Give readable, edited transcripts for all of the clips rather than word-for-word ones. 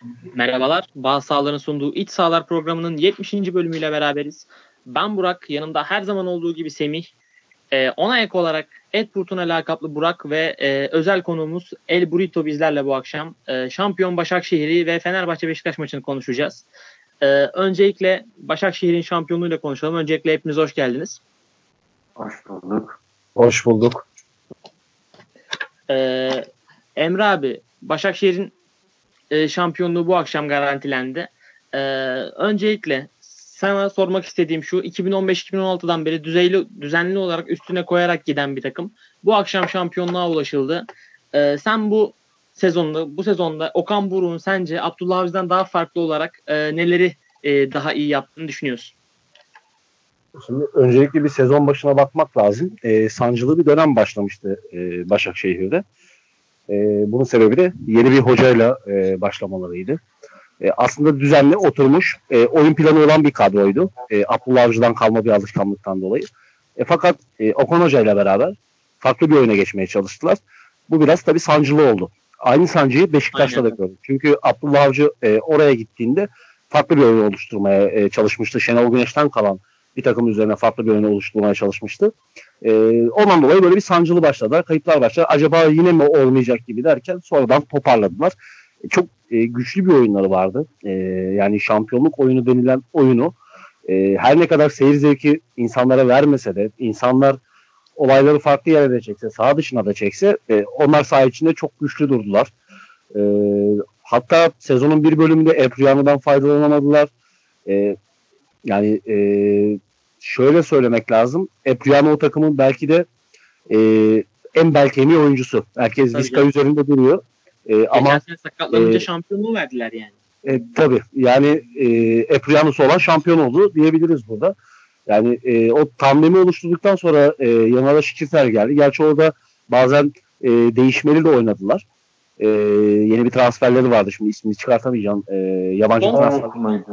Merhabalar, Bağ Sağlar'ın sunduğu İç Sağlar programının 70. bölümüyle beraberiz. Ben Burak, yanımda her zaman olduğu gibi Semih. Ona ek olarak Et Fırtına lakaplı Burak ve özel konuğumuz El Burrito bizlerle bu akşam. Şampiyon Başakşehir'i ve Fenerbahçe Beşiktaş maçını konuşacağız. Öncelikle Başakşehir'in şampiyonluğuyla konuşalım. Öncelikle hepiniz hoş geldiniz. Hoş bulduk. Hoş bulduk. Emre abi, Başakşehir'in şampiyonluğu bu akşam garantilendi. Öncelikle sana sormak istediğim şu: 2015-2016'dan beri düzenli olarak üstüne koyarak giden bir takım. Bu akşam şampiyonluğa ulaşıldı. Sen bu sezonda Okan Buruk'un sence Abdullah Avcı'dan daha farklı olarak neleri daha iyi yaptığını düşünüyorsun? Şimdi öncelikle bir sezon başına bakmak lazım. Sancılı bir dönem başlamıştı Başakşehir'de. Bunun sebebi de yeni bir hocayla başlamalarıydı. Aslında düzenli oturmuş, oyun planı olan bir kadroydu. Abdullah Avcı'dan kalma bir alışkanlıktan dolayı. Fakat Okan Hoca ile beraber farklı bir oyuna geçmeye çalıştılar. Bu biraz tabii sancılı oldu. Aynı sancıyı Beşiktaş'ta da gördük. Çünkü Abdullah Avcı oraya gittiğinde farklı bir oyun oluşturmaya çalışmıştı. Şenol Güneş'ten kalan bir takım üzerine farklı bir oyun oluşturmaya çalışmıştı. Ondan dolayı böyle bir sancılı başladılar. Kayıplar başladı. Acaba yine mi olmayacak gibi derken sonradan toparladılar. Çok güçlü bir oyunları vardı. Yani şampiyonluk oyunu denilen oyunu her ne kadar seyir zevki insanlara vermese de, insanlar olayları farklı yere de çekse, saha dışına da çekse onlar saha içinde çok güçlü durdular. Hatta sezonun bir bölümünde Epriano'dan faydalanamadılar. Yani şöyle söylemek lazım. Epriano o takımın belki de en bel kemiği oyuncusu. Herkes Vizca üzerinde duruyor. Geçen sene sakatlanınca şampiyonluğu verdiler yani. Tabii. Yani Epriano'su olan şampiyon oldu diyebiliriz burada. Yani o tandemi oluşturduktan sonra yanına da Şikirter geldi. Gerçi orada bazen değişmeli de oynadılar. Yeni bir transferleri vardı. Şimdi ismini çıkartamayacağım. Yabancı transfer.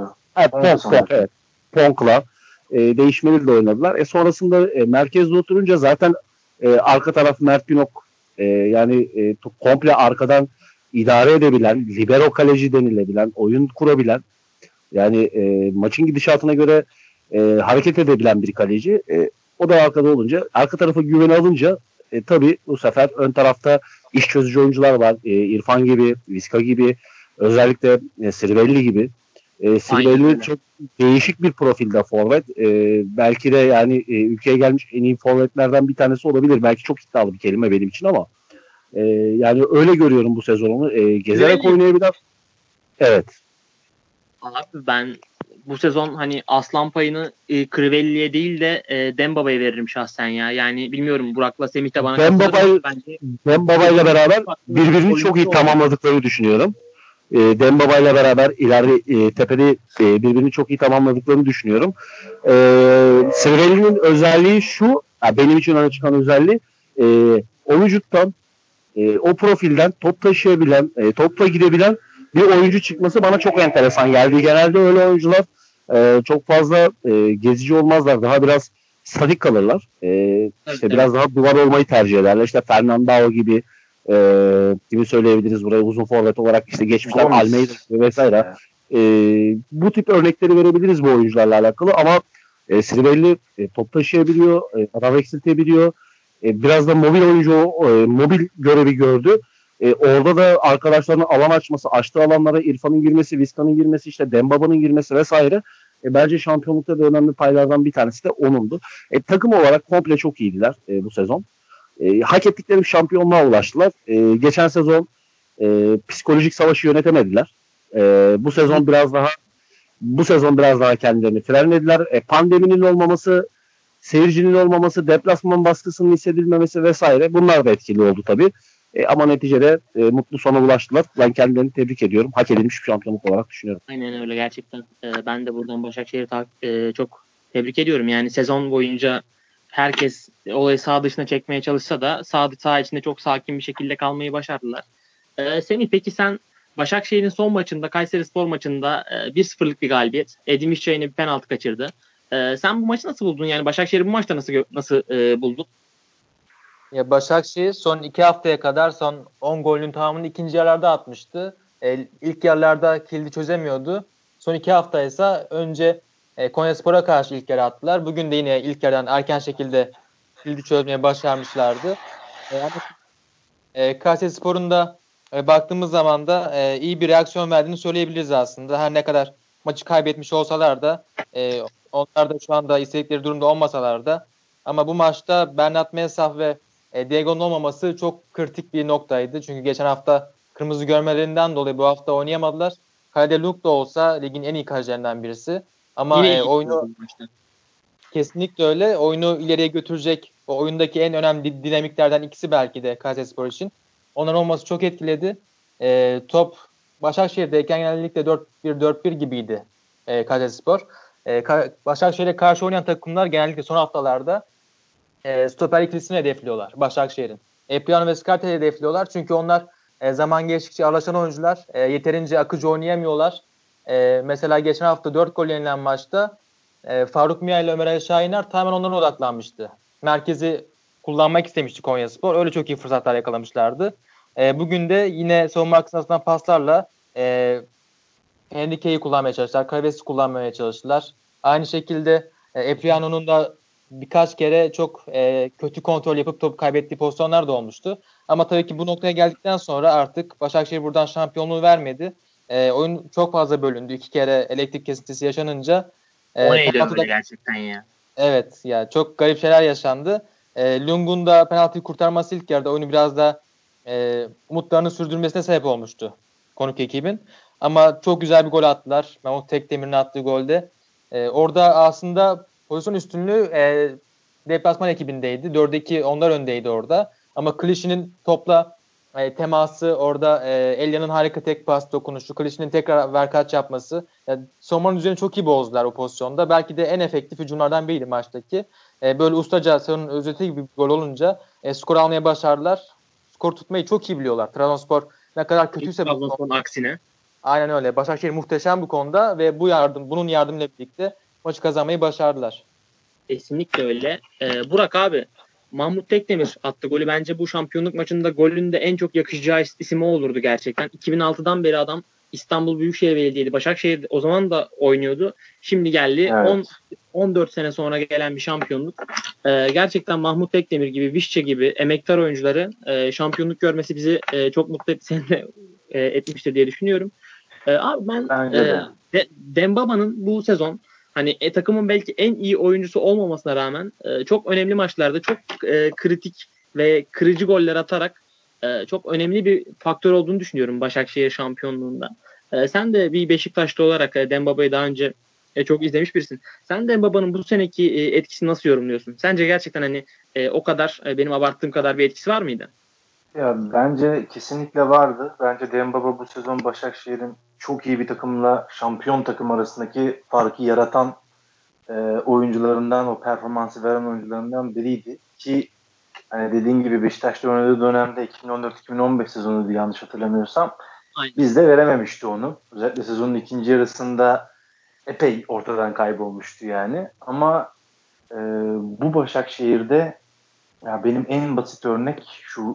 Evet. Ponk'la değişmeli de oynadılar. Sonrasında merkezde oturunca zaten arka taraf Mert Günok yani komple arkadan idare edebilen, libero kaleci denilebilen, oyun kurabilen, yani maçın gidişatına göre hareket edebilen bir kaleci. O da arkada olunca, arka tarafa güveni alınca tabii bu sefer ön tarafta iş çözücü oyuncular var. İrfan gibi, Vizca gibi, özellikle Sirvelli gibi. Sirvelli çok değişik bir profilde forvet. Belki de yani ülkeye gelmiş en iyi forvetlerden bir tanesi olabilir. Belki çok iddialı bir kelime benim için ama yani öyle görüyorum bu sezonu. Gezerek oynayabilen. Evet. Abi ben bu sezon hani aslan payını Crivelli'ye değil de Dembaba'ya veririm şahsen ya. Yani bilmiyorum, Burak'la Semih de bana katılır. Dembaba'yla beraber birbirini çok iyi tamamladıklarını düşünüyorum. Dembaba'yla beraber ileride tepede birbirini çok iyi tamamladıklarını düşünüyorum. Sirvelli'nin özelliği şu, benim için öne çıkan özelliği o vücuttan, o profilden top taşıyabilen, topla gidebilen bir oyuncu çıkması bana çok enteresan geldi. Genelde öyle oyuncular çok fazla gezici olmazlar. Daha biraz statik kalırlar. İşte biraz daha duvar olmayı tercih ederler. İşte Fernandao gibi söyleyebiliriz buraya uzun forvet olarak, işte geçmişler Almeida vesaire. Bu tip örnekleri verebiliriz bu oyuncularla alakalı ama Sirvelli top taşıyabiliyor, adam eksiltebiliyor. Biraz da mobil oyuncu, mobil görevi gördü. Orada da arkadaşlarının alan açması, açtığı alanlara İrfan'ın girmesi, Vizca'nın girmesi, işte Dembaba'nın girmesi vesaire. Bence şampiyonlukta da önemli paylardan bir tanesi de onundu. Takım olarak komple çok iyiydiler bu sezon. Hak ettikleri bir şampiyonluğa ulaştılar. Geçen sezon psikolojik savaşı yönetemediler. Bu sezon biraz daha kendilerini frenlediler. Pandeminin olmaması, seyircinin olmaması, deplasman baskısının hissedilmemesi vesaire, bunlar da etkili oldu tabii. Ama neticede mutlu sona ulaştılar. Ben kendilerini tebrik ediyorum. Hak edilmiş bir şampiyonluk olarak düşünüyorum. Aynen öyle gerçekten. Ben de buradan Başakşehir'i çok tebrik ediyorum. Yani sezon boyunca herkes olayı sağ dışına çekmeye çalışsa da sağ içinde çok sakin bir şekilde kalmayı başardılar. Semih, peki sen Başakşehir'in son maçında, Kayserispor maçında 1-0'lık bir galibiyet. Edin Visca'ya bir penaltı kaçırdı. Sen bu maçı nasıl buldun? Yani Başakşehir'i bu maçta nasıl buldun? Ya Başakşehir son 2 haftaya kadar son 10 golün tamamını ikinci yarılarda atmıştı. ilk yarılarda kilidi çözemiyordu. Son 2 hafta ise önce Konyaspor'a karşı ilk yarı attılar. Bugün de yine ilk yarıdan erken şekilde kilidi çözmeye başarmışlardı. Ama Kayserispor'un da baktığımız zaman da iyi bir reaksiyon verdiğini söyleyebiliriz aslında. Her ne kadar maçı kaybetmiş olsalar da onlar da şu anda istedikleri durumda olmasalar da ama bu maçta Bernat Mensah ve Diego'nun olmaması çok kritik bir noktaydı. Çünkü geçen hafta kırmızı görmelerinden dolayı bu hafta oynayamadılar. Kalede Luke da olsa ligin en iyi kalecilerinden birisi. Ama Yine iyi oyunu maçta. kesinlikle öyle. Oyunu ileriye götürecek o oyundaki en önemli dinamiklerden ikisi belki de Kayserispor için. Onların olması çok etkiledi. Top Başakşehir'deyken genellikle 4-1-4-1 gibiydi Kayserispor. Başakşehir'e karşı oynayan takımlar genellikle son haftalarda stoper ikilisini hedefliyorlar Başakşehir'in. Epriano ve Skartel'i hedefliyorlar. Çünkü onlar zaman geçtikçe ağırlaşan oyuncular. Yeterince akıcı oynayamıyorlar. Mesela geçen hafta 4 gol yenilen maçta Faruk Mia ile Ömer Ali Şahiner tamamen onlara odaklanmıştı. Merkezi kullanmak istemişti Konyaspor. Öyle çok iyi fırsatlar yakalamışlardı. Bugün de yine savunma arkasından paslarla Henrique'yi kullanmaya çalıştılar. Karaves'i kullanmaya çalıştılar. Aynı şekilde Epriano'nun da birkaç kere çok kötü kontrol yapıp top kaybettiği pozisyonlar da olmuştu. Ama tabii ki bu noktaya geldikten sonra artık Başakşehir buradan şampiyonluğu vermedi. Oyun çok fazla bölündü. 2 kere elektrik kesintisi yaşanınca O neydi penaltıda öyle gerçekten ya? evet ya çok garip şeyler yaşandı. Lung'un da penaltıyı kurtarması ilk yarıda oyunu biraz da umutlarını sürdürmesine sebep olmuştu konuk ekibin. Ama çok güzel bir gol attılar. Mahmut Tekdemir'in attığı golde. Orada aslında pozisyon üstünlüğü deplasman ekibindeydi. 4'e 2 onlar öndeydi orada. Ama Klişi'nin topla teması orada Elya'nın harika tek pas dokunuşu, Klişi'nin tekrar verkaç yapması. Yani savunmanın üzerine çok iyi bozdular o pozisyonda. Belki de en efektif hücumlardan biriydi maçtaki. Böyle ustaca savunun özeti gibi bir gol olunca skor almaya başardılar. Skor tutmayı çok iyi biliyorlar. Trabzonspor ne kadar kötüyse bu Trabzonspor'un aksine. aynen öyle. Başakşehir muhteşem bu konuda ve bunun yardımıyla birlikte maçı kazanmayı başardılar. Kesinlikle öyle. Burak abi, Mahmut Tekdemir attı golü. Bence bu şampiyonluk maçında golün de en çok yakışacağı isim o olurdu gerçekten. 2006'dan beri adam İstanbul Büyükşehir Belediye'ydi. Başakşehir o zaman da oynuyordu. Şimdi geldi. Evet. 14 sene sonra gelen bir şampiyonluk. Gerçekten Mahmut Tekdemir gibi, Vişça gibi emektar oyuncuları şampiyonluk görmesi bizi çok mutlu etti. Seni de etmiştir diye düşünüyorum. Abi ben Bence de. Dembaba'nın bu sezon hani takımın belki en iyi oyuncusu olmamasına rağmen çok önemli maçlarda çok kritik ve kırıcı goller atarak çok önemli bir faktör olduğunu düşünüyorum Başakşehir şampiyonluğunda. Sen de bir Beşiktaşlı olarak Dembaba'yı daha önce çok izlemiş birisin. Sen Dembaba'nın bu seneki etkisini nasıl yorumluyorsun? Sence gerçekten hani o kadar benim abarttığım kadar bir etkisi var mıydı? Ya bence kesinlikle vardı. Bence Dembaba bu sezon Başakşehir'in çok iyi bir takımla şampiyon takım arasındaki farkı yaratan oyuncularından, o performansı veren oyuncularından biriydi. Ki hani dediğin gibi Beşiktaş'ta oynadığı dönemde 2014-2015 sezonuydu yanlış hatırlamıyorsam. Aynen. Bizde verememişti onu. Özellikle sezonun ikinci yarısında epey ortadan kaybolmuştu yani. Ama bu Başakşehir'de ya benim en basit örnek şu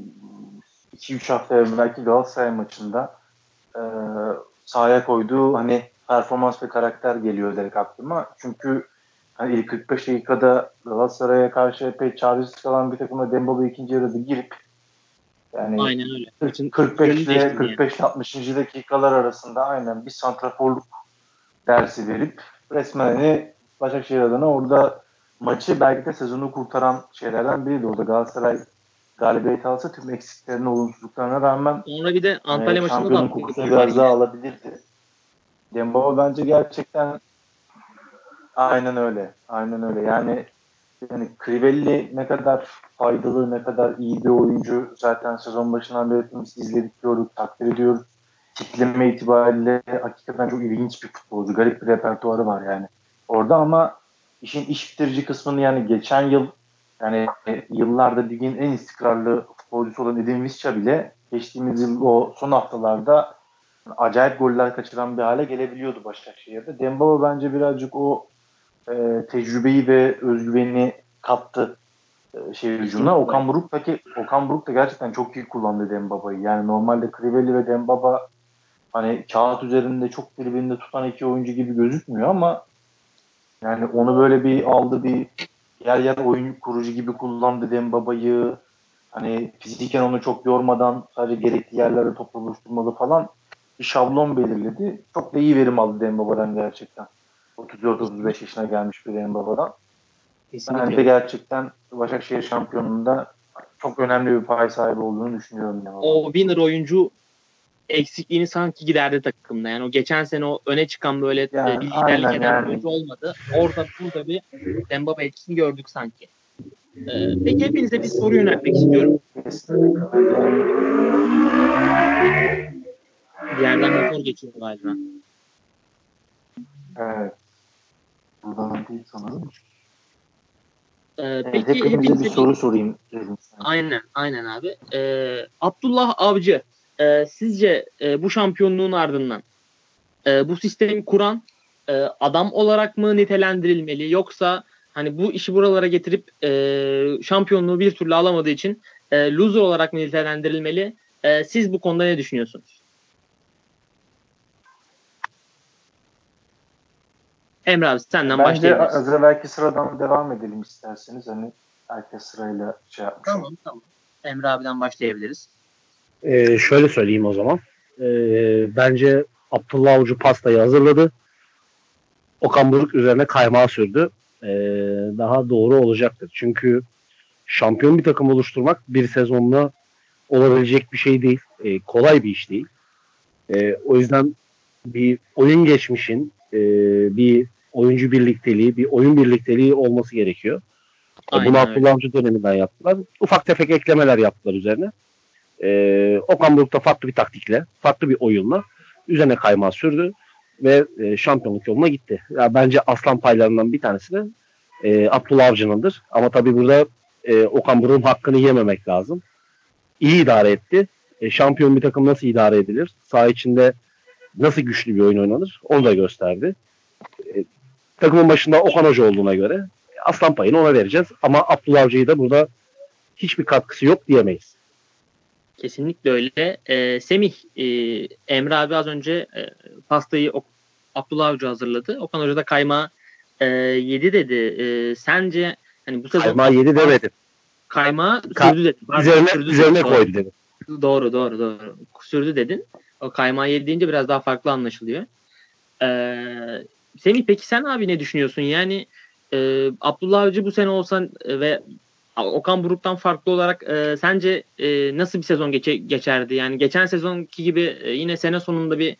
2-3 hafta evvelki Galatasaray maçında e, sahaya koyduğu hani performans ve karakter geliyor direkt aklıma. Çünkü hani ilk 45 dakikada Galatasaray'a karşı epey çaresiz kalan bir takıma Dembaba ikinci yarıda girip yani Aynen öyle. Maçın 45 yönünü ile değiştirdi yani. 45-60. dakikalar arasında aynen bir santraforluk dersi verip resmen hani Başakşehir adına orada maçı belki de sezonu kurtaran şeylerden biriydi. Orada Galatasaray galibiyet alsa tüm eksiklerine, olumsuzluklarına rağmen Sonra bir de Antalya maçında da şampiyonun attığı kokusunu goller biraz daha yine. alabilirdi. Dembaba bence gerçekten aynen öyle. Aynen öyle. Yani Crivelli ne kadar faydalı, ne kadar iyi bir oyuncu zaten sezon başından beri izledik, gördük, takdir ediyoruz. Tipleme itibariyle hakikaten çok ilginç bir futbolcu. Garip bir repertuarı var yani orada ama işin iş bitirici kısmını yani geçen yıl yani yıllarda ligin en istikrarlı futbolcusu olan Edin Visca bile geçtiğimiz yıl o son haftalarda acayip goller kaçıran bir hale gelebiliyordu Başakşehir'de. Dembaba bence birazcık o tecrübeyi ve özgüveni kattı hücumuna. Kesinlikle öyle. Okan Buruk da gerçekten çok iyi kullandı Dembaba'yı. Yani normalde Crivelli ve Dembaba hani kağıt üzerinde çok birbirini tutan iki oyuncu gibi gözükmüyor ama yani onu böyle bir aldı, bir yer oyun kurucu gibi kullandı Dembaba'yı. Hani fiziken onu çok yormadan sadece gerekli yerlerde top buluşturmalı falan bir şablon belirledi. Çok da iyi verim aldı Dembaba'dan gerçekten. 34-35 yaşına gelmiş bir Dembaba'dan. Bence Kesinlikle. gerçekten Başakşehir şampiyonluğunda çok önemli bir pay sahibi olduğunu düşünüyorum. O winner oyuncu eksikliğini sanki giderdi takımda. Yani o geçen sene o öne çıkan böyle Yani liderlik aynen eden bir yani. oyuncu olmadı. Orada burada bir Dembaba etkisini gördük sanki. Peki hepinize bir soru yöneltmek istiyorum. Bir yerden motor geçiyor galiba. Evet. Buradan değil sanırım. Evet, Peki hepinize bir hepinize soru sorayım dedim. aynen abi. Abdullah Avcı sizce bu şampiyonluğun ardından bu sistemi kuran adam olarak mı nitelendirilmeli, yoksa hani bu işi buralara getirip şampiyonluğu bir türlü alamadığı için loser olarak mı nitelendirilmeli? Siz bu konuda ne düşünüyorsunuz? Emre abi senden Bence başlayabiliriz. az evvelki sıradan devam edelim isterseniz. Hani herkes sırayla şey yapmış olur. Tamam. Emre abiden başlayabiliriz. Şöyle söyleyeyim o zaman. Bence Abdullah Avcı pastayı hazırladı. Okan Buruk üzerine kaymağı sürdü. Ee, Daha doğru olacaktır. Çünkü şampiyon bir takım oluşturmak bir sezonla olabilecek bir şey değil. Kolay bir iş değil. O yüzden bir oyun geçmişin, bir oyuncu birlikteliği, bir oyun birlikteliği olması gerekiyor. Bunu Aynen öyle. Abdullah Avcı döneminden yaptılar. Ufak tefek eklemeler yaptılar üzerine. Okan Buruk da farklı bir taktikle, farklı bir oyunla üzerine kaymağı sürdü ve şampiyonluk yoluna gitti. Ya bence aslan paylarından bir tanesi de Abdullah Avcı'nındır. Ama tabii burada Okan Buruk'un hakkını yememek lazım. İyi idare etti. Şampiyon bir takım nasıl idare edilir? Saha içinde nasıl güçlü bir oyun oynanır? Onu da gösterdi. Takımın başında Okan Hoca olduğuna göre aslan payını ona vereceğiz. Ama Abdullah Avcı'yı da burada hiçbir katkısı yok diyemeyiz. Kesinlikle öyle. Semih, Emre abi az önce pastayı Abdullah Avcı hazırladı. Okan Hoca da kaymağı yedi dedi. Sence hani bu sezon Kaymağı yedi demedim. kaymağı sürdü dedi. Pardon, sürdü dedi. Üzerine Doğru. koydu dedim. Doğru. Sürdü dedin. O kaymağı yedi deyince biraz daha farklı anlaşılıyor. Semih, peki sen abi ne düşünüyorsun? Yani Abdullah Avcı bu sene olsan ve Okan Buruk'tan farklı olarak sence nasıl bir sezon geçerdi? Yani geçen sezonki gibi yine sene sonunda bir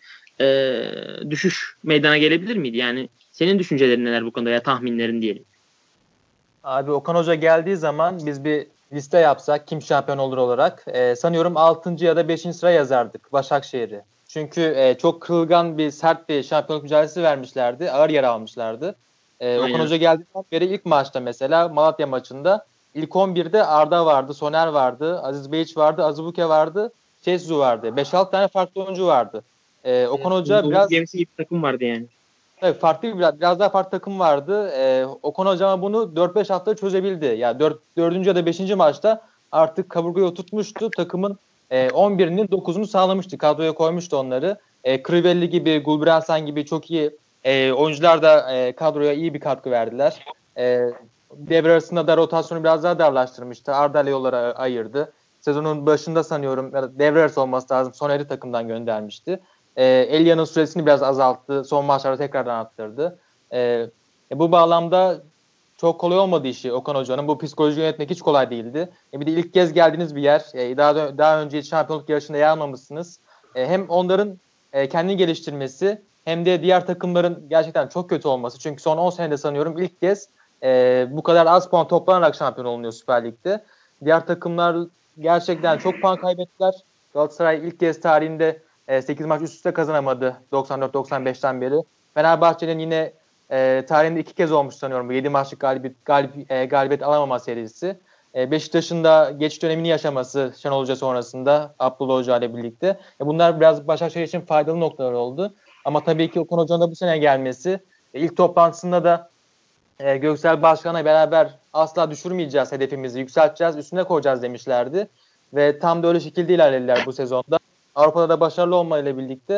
düşüş meydana gelebilir miydi? Yani senin düşüncelerin neler bu konuda, ya tahminlerin diyelim. Abi Okan Hoca geldiği zaman biz bir liste yapsak kim şampiyon olur olarak sanıyorum 6. ya da 5. sıra yazardık Başakşehir'i. Çünkü çok kırılgan bir sert bir şampiyonluk mücadelesi vermişlerdi. Ağır yer almışlardı. Okan Aynen. Hoca geldiğinden beri ilk maçta mesela Malatya maçında ilk 11'de Arda vardı, Soner vardı, Aziz Beyiç vardı, Azubuke vardı, Şezu vardı. 5-6 tane farklı oyuncu vardı. Okan Hoca Domuz biraz gemisi gibi takım vardı yani. evet, farklı biraz daha farklı takım vardı. Okan Hocam bunu 4-5 hafta çözebildi. Yani 4. ya da 5. maçta artık kaburgayı oturtmuştu. Takımın 11'inin 9'unu sağlamıştı. Kadroya koymuştu onları. Crivelli gibi, Gulbrandsen gibi çok iyi oyuncular da kadroya iyi bir katkı verdiler. Devre arasında da rotasyonu biraz daha darlaştırmıştı. Arda'yla yollara ayırdı. Sezonun başında sanıyorum devre arası olması lazım. Soner'i takımdan göndermişti. Elia'nın süresini biraz azalttı. Son maçlarda tekrardan arttırdı. Bu bağlamda çok kolay olmadı işi Okan Hoca'nın. Bu psikoloji yönetmek hiç kolay değildi. Bir de ilk kez geldiğiniz bir yer. Daha önce hiç şampiyonluk yarışında yer almamışsınız. Hem onların kendini geliştirmesi hem de diğer takımların gerçekten çok kötü olması. Çünkü son 10 senede sanıyorum ilk kez bu kadar az puan toplanarak şampiyon olunuyor Süper Lig'de. Diğer takımlar gerçekten çok puan kaybettiler. Galatasaray ilk kez tarihinde 8 maç üst üste kazanamadı 94-95'ten beri. Fenerbahçe'nin yine tarihinde 2 kez olmuş sanıyorum bu 7 maçlık galibiyet alamama serisi. Beşiktaş'ın da geç dönemini yaşaması Şenol Hoca sonrasında Abdullah Hoca ile birlikte. Bunlar biraz Başakşehir için faydalı noktalar oldu. Ama tabii ki Okan Hoca'nın da bu sene gelmesi. İlk toplantısında da Göksel Başkan'la beraber asla düşürmeyeceğiz hedefimizi, yükselteceğiz, üstüne koyacağız demişlerdi. Ve tam da öyle şekilde ilerlediler bu sezonda. Avrupa'da da başarılı olmayla birlikte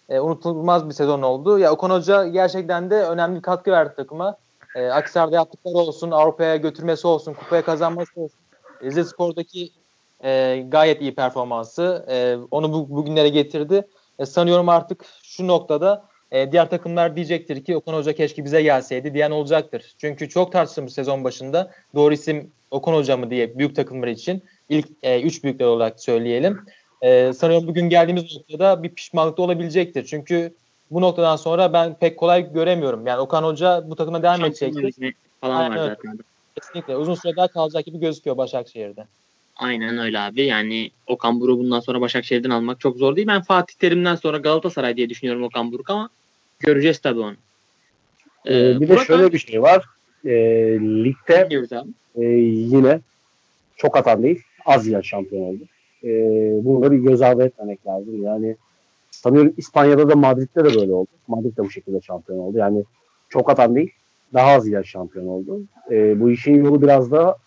unutulmaz bir sezon oldu. Ya Okan Hoca gerçekten de önemli bir katkı verdi takıma. Akhisar'da yaptıkları olsun, Avrupa'ya götürmesi olsun, kupaya kazanması olsun. Rizespor'daki gayet iyi performansı onu bugünlere getirdi. Sanıyorum artık şu noktada diğer takımlar diyecektir ki Okan Hoca keşke bize gelseydi diyen olacaktır. Çünkü çok tartışılmış sezon başında. Doğru isim Okan Hoca mı diye büyük takımlar için ilk 3 büyükler olarak söyleyelim. Sanıyorum bugün geldiğimiz noktada bir pişmanlık da olabilecektir. Çünkü bu noktadan sonra ben pek kolay göremiyorum. Yani Okan Hoca bu takıma devam edecektir. Falan var Aynen öyle. zaten. Kesinlikle. Uzun süre daha kalacak gibi gözüküyor Başakşehir'de. Aynen öyle abi. Yani Okan Buruk'u bundan sonra Başakşehir'den almak çok zor değil. Ben Fatih Terim'den sonra Galatasaray diye düşünüyorum Okan Buruk ama göreceğiz tabii onu. Bir de şöyle bir şey var. Ligde yine çok atan değil, az yiyen şampiyon oldu. Bunu da bir göz ardı etmemek lazım. Yani sanıyorum İspanya'da da Madrid'de de böyle oldu. Madrid de bu şekilde şampiyon oldu. Yani çok atan değil, daha az yiyen şampiyon oldu. Bu işin yolu biraz da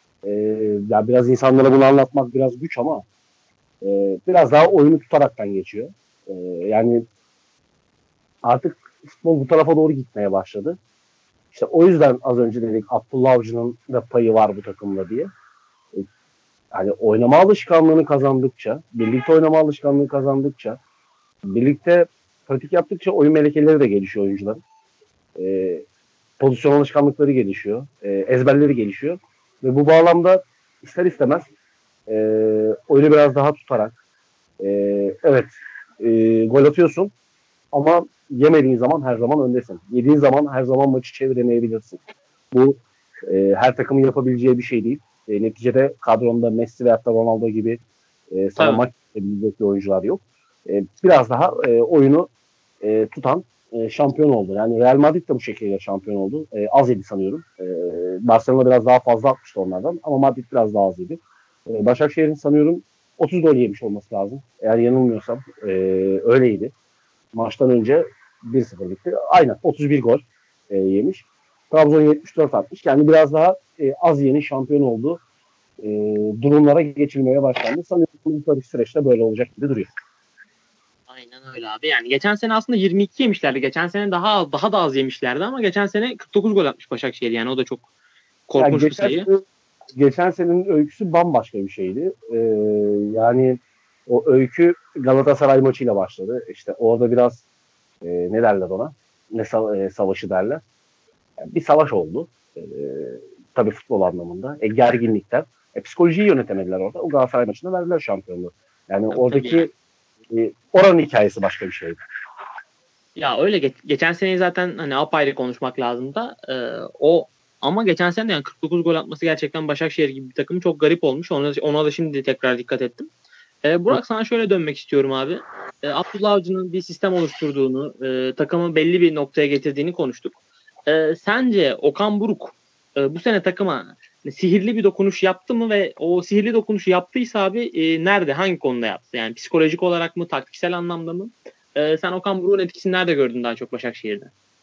ya biraz insanlara bunu anlatmak biraz güç ama biraz daha oyunu tutaraktan geçiyor. Yani artık futbol bu tarafa doğru gitmeye başladı. İşte o yüzden az önce dedik Abdullah Avcı'nın da payı var bu takımda diye. Yani oynama alışkanlığını kazandıkça, birlikte oynama alışkanlığı kazandıkça, birlikte pratik yaptıkça oyun melekeleri de gelişiyor oyuncuların. Pozisyon alışkanlıkları gelişiyor. Ezberleri gelişiyor. Ve bu bağlamda ister istemez oyunu biraz daha tutarak evet gol atıyorsun ama yemediğin zaman her zaman öndesin. Yediğin zaman her zaman maçı çeviremeyebilirsin. Bu her takımın yapabileceği bir şey değil. Neticede kadronda Messi veya da Ronaldo gibi sana maç yapabilecek bir oyuncular yok. Biraz daha oyunu tutan şampiyon oldu. Yani Real Madrid de bu şekilde şampiyon oldu. Az yedi sanıyorum. Barcelona biraz daha fazla atmıştı onlardan ama Madrid biraz daha az yedi. Başakşehir'in sanıyorum 30 gol yemiş olması lazım. Eğer yanılmıyorsam öyleydi. Maçtan önce 1-0 bitti. Aynen 31 gol yemiş. Trabzon 74 atmış. Yani biraz daha az yeni şampiyon olduğu durumlara geçilmeye başlandı. Sanıyorum bu süreçte böyle olacak gibi duruyor. Aynen öyle abi. Yani geçen sene aslında 22 yemişlerdi. Geçen sene daha da az yemişlerdi ama geçen sene 49 gol atmış Başakşehir. Yani o da çok korkunç bir sayı. Geçen senenin öyküsü bambaşka bir şeydi. Yani o öykü Galatasaray maçıyla başladı. İşte orada biraz ne derler ona? Savaşı derler. Yani bir savaş oldu. Tabii futbol anlamında. Gerginlikten. Psikolojiyi yönetemediler orada. O Galatasaray maçında verdiler şampiyonluğu. Yani oradaki oranın hikayesi başka bir şeydi. Ya öyle geçen seneyi zaten hani apayrı konuşmak lazım da ama geçen sene de yani 49 gol atması gerçekten Başakşehir gibi bir takım çok garip olmuş. Ona da şimdi tekrar dikkat ettim. Burak sana şöyle dönmek istiyorum abi. Abdullah Avcı'nın bir sistem oluşturduğunu, takımı belli bir noktaya getirdiğini konuştuk. Sence Okan Buruk bu sene takıma sihirli bir dokunuş yaptı mı ve o sihirli dokunuşu yaptıysa abi nerede, hangi konuda yaptı? Yani psikolojik olarak mı, taktiksel anlamda mı? Sen Okan Buruk'un etkisini nerede gördün daha çok Başakşehir'de?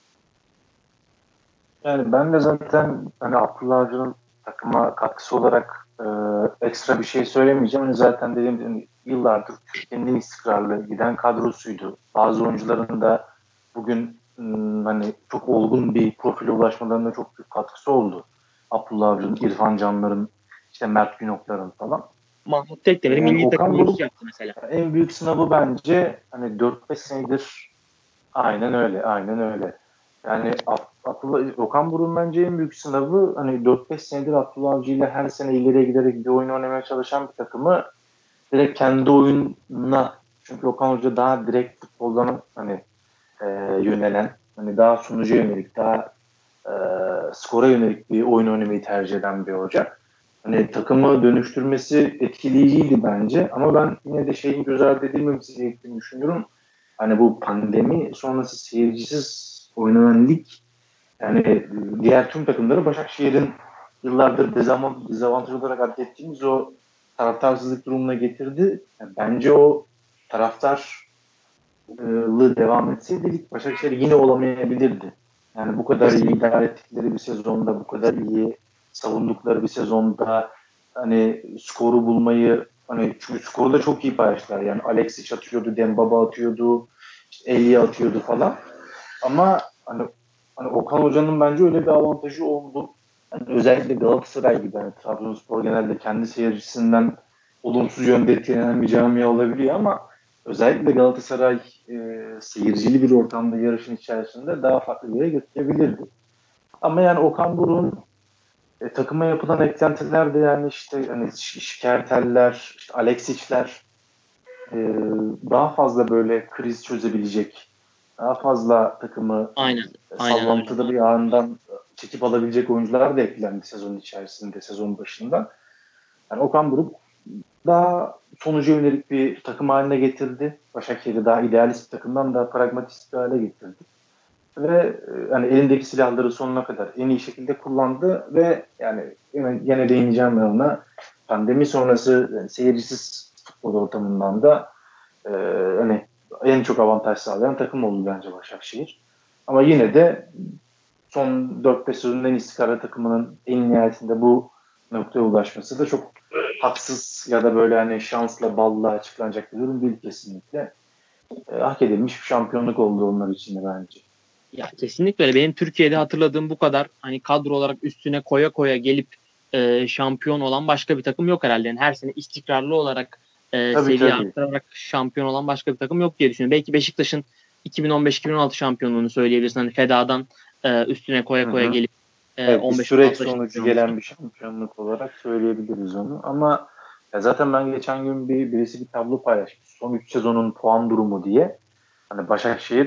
Yani ben de zaten hani Abdullah Avcı'nın takıma katkısı olarak ekstra bir şey söylemeyeceğim. Hani zaten dediğim gibi yıllardır Türkiye'nin istikrarlı giden kadrosuydu. Bazı oyuncuların da bugün hani çok olgun bir profile ulaşmalarında çok büyük katkısı oldu. Abdullah Avcı'nın, İrfan Canlar'ın, işte Mert Günoklar'ın falan. Mahmut Tekdemir'i milli takım oyuncusu yaptı mesela. En büyük sınavı bence hani 4-5 senedir aynen öyle. Yani Okan Buruk'un bence en büyük sınavı hani 4-5 senedir Abdullah Avcı ile her sene ileriye giderek bir oyun oynamaya çalışan bir takımı direkt kendi oyununa, çünkü Okan Hoca daha direkt futboldan hani yönelen, hani daha sunucuya yönelik, daha skora yönelik bir oyun oynamayı tercih eden bir hoca. Hani takımı dönüştürmesi etkileyiciydi bence ama ben yine de şeyin göz ardı edilmemesi gerektiğini düşünüyorum. Hani bu pandemi sonrası seyircisiz oynanan lig, yani diğer tüm takımları Başakşehir'in yıllardır dezavantaj olarak adettiğimiz o taraftarsızlık durumuna getirdi. Yani bence o taraftarlığı devam etseydi lig Başakşehir yine olamayabilirdi. Yani bu kadar iyi idare ettikleri bir sezonda, bu kadar iyi savundukları bir sezonda hani skoru bulmayı, hani çünkü skoru da çok iyi paylaştılar. Yani Alexic atıyordu, Dembaba atıyordu, işte 50'ye atıyordu falan. Ama hani Okan Hoca'nın bence öyle bir avantajı oldu. Yani özellikle Galatasaray gibi, yani Trabzonspor genelde kendi seyircisinden olumsuz yönde etkilenen bir camia olabiliyor ama özellikle Galatasaray seyircili bir ortamda yarışın içerisinde daha farklı bir yere götürebilirdi. Ama yani Okan Buruk'un takıma yapılan eklentiler de, yani işte hani Şikerteller, işte Alexic'ler daha fazla böyle kriz çözebilecek, daha fazla takımı Aynen. sallantıda bir andan çekip alabilecek oyuncular da eklendi sezon içerisinde, sezon başında. Yani Okan Buruk daha sonuca yönelik bir takım haline getirdi. Başakşehir'i daha idealist bir takımdan daha pragmatist bir hale getirdi. Ve yani elindeki silahları sonuna kadar en iyi şekilde kullandı ve yani gene değineceğim ben ona, pandemi sonrası yani seyircisiz futbol ortamından da hani en çok avantaj sağlayan takım oldu bence Başakşehir. Ama yine de son 4-5 sezonun en istikrarlı takımının en nihayetinde bu noktaya ulaşması da çok haksız ya da böyle hani şansla, balla açıklanacak bir durum değil kesinlikle. Hak edilmiş bir şampiyonluk oldu onlar için de bence. Ya kesinlikle öyle. Benim Türkiye'de hatırladığım bu kadar hani kadro olarak üstüne koya koya gelip şampiyon olan başka bir takım yok herhalde. Yani her sene istikrarlı olarak seviye arttırarak şampiyon olan başka bir takım yok diye düşünüyorum. Belki Beşiktaş'ın 2015-2016 şampiyonluğunu söyleyebilirsin. Hani fedadan üstüne koya koya gelip evet, 15 süreç sonucu gelen bir şampiyonluk olarak söyleyebiliriz onu. Ama ya zaten ben geçen gün birisi bir tablo paylaşmış. Son 3 sezonun puan durumu diye. Hani Başakşehir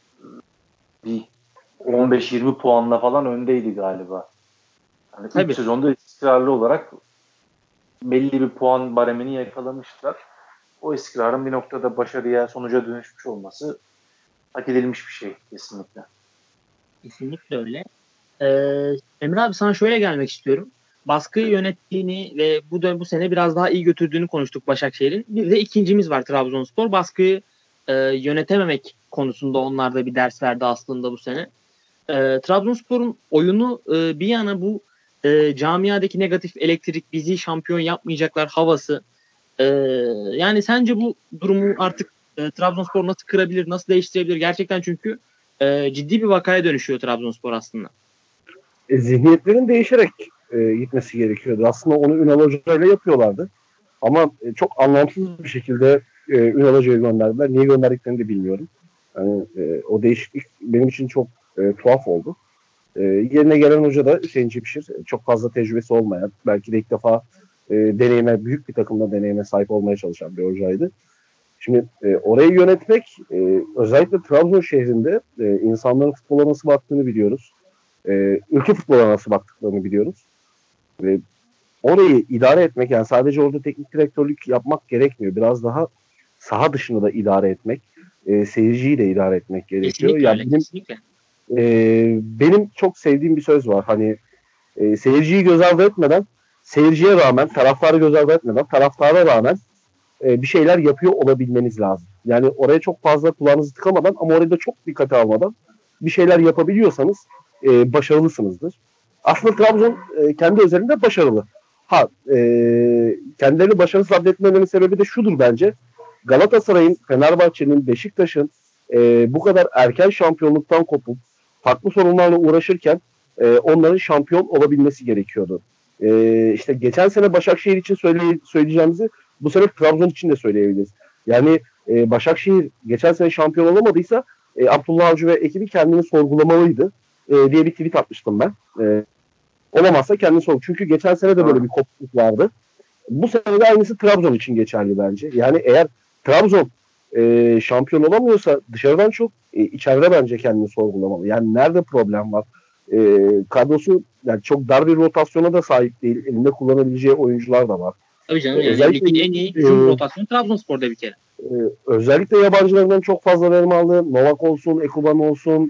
bir 15-20 puanla falan öndeydi galiba. Hani 3 sezonda istikrarlı olarak belli bir puan baremini yakalamışlar. O istikrarın bir noktada başarıya, sonuca dönüşmüş olması hak edilmiş bir şey kesinlikle. Kesinlikle öyle. Emre abi, sana şöyle gelmek istiyorum. Baskıyı yönettiğini ve bu sene biraz daha iyi götürdüğünü konuştuk Başakşehir'in. Bir de ikincimiz var, Trabzonspor. Baskıyı yönetememek konusunda onlar da bir ders verdi aslında bu sene. Trabzonspor'un oyunu bir yana bu camiadaki negatif elektrik, bizi şampiyon yapmayacaklar havası. Yani sence bu durumu artık Trabzonspor nasıl kırabilir, nasıl değiştirebilir? Gerçekten çünkü ciddi bir vakaya dönüşüyor Trabzonspor aslında. Zihniyetlerin değişerek gitmesi gerekiyordu. Aslında onu Ünal Hoca ile yapıyorlardı. Ama çok anlamsız bir şekilde Ünal Hoca'yı gönderdiler. Niye gönderdiklerini de bilmiyorum. Yani o değişiklik benim için çok tuhaf oldu. Yerine gelen hoca da Hüseyin Çepişir. Çok fazla tecrübesi olmayan, belki de ilk defa büyük bir takımda deneyime sahip olmaya çalışan bir hocaydı. Şimdi orayı yönetmek, özellikle Trabzon şehrinde insanların futbola nasıl baktığını biliyoruz. Ülke futboluna nasıl baktıklarını biliyoruz. Ve orayı idare etmek, yani sadece orada teknik direktörlük yapmak gerekmiyor. Biraz daha saha dışında da idare etmek, seyirciyi de idare etmek gerekiyor. Kesinlikle öyle, kesinlikle. Benim çok sevdiğim bir söz var. Hani seyirciyi göz ardı etmeden, seyirciye rağmen, taraftarı göz ardı etmeden, taraftara rağmen bir şeyler yapıyor olabilmeniz lazım. Yani oraya çok fazla kulağınızı tıkamadan ama oraya da çok dikkate almadan bir şeyler yapabiliyorsanız başarılısınızdır. Aslında Trabzon kendi özelinde başarılı. Kendilerini başarısız adletmelerinin sebebi de şudur bence. Galatasaray'ın, Fenerbahçe'nin, Beşiktaş'ın bu kadar erken şampiyonluktan kopup farklı sorunlarla uğraşırken onların şampiyon olabilmesi gerekiyordu. İşte geçen sene Başakşehir için söyleyeceğimizi bu sene Trabzon için de söyleyebiliriz. Yani Başakşehir geçen sene şampiyon olamadıysa Abdullah Avcı ve ekibi kendini sorgulamalıydı diye bir tweet atmıştım ben. Olamazsa kendini sorgulamalıydı. Çünkü geçen sene de böyle bir kopukluk vardı. Bu sene de aynısı Trabzon için geçerli bence. Yani eğer Trabzon şampiyon olamıyorsa dışarıdan çok içeride bence kendini sorgulamalı. Yani nerede problem var? Kadrosu yani çok dar bir rotasyona da sahip değil. Elinde kullanabileceği oyuncular da var. Tabii canım, yani ligin en iyi hücum rotasyonu Trabzonspor'da bir kere. Özellikle yabancılardan çok fazla verim aldı. Novak olsun, Ekuban olsun,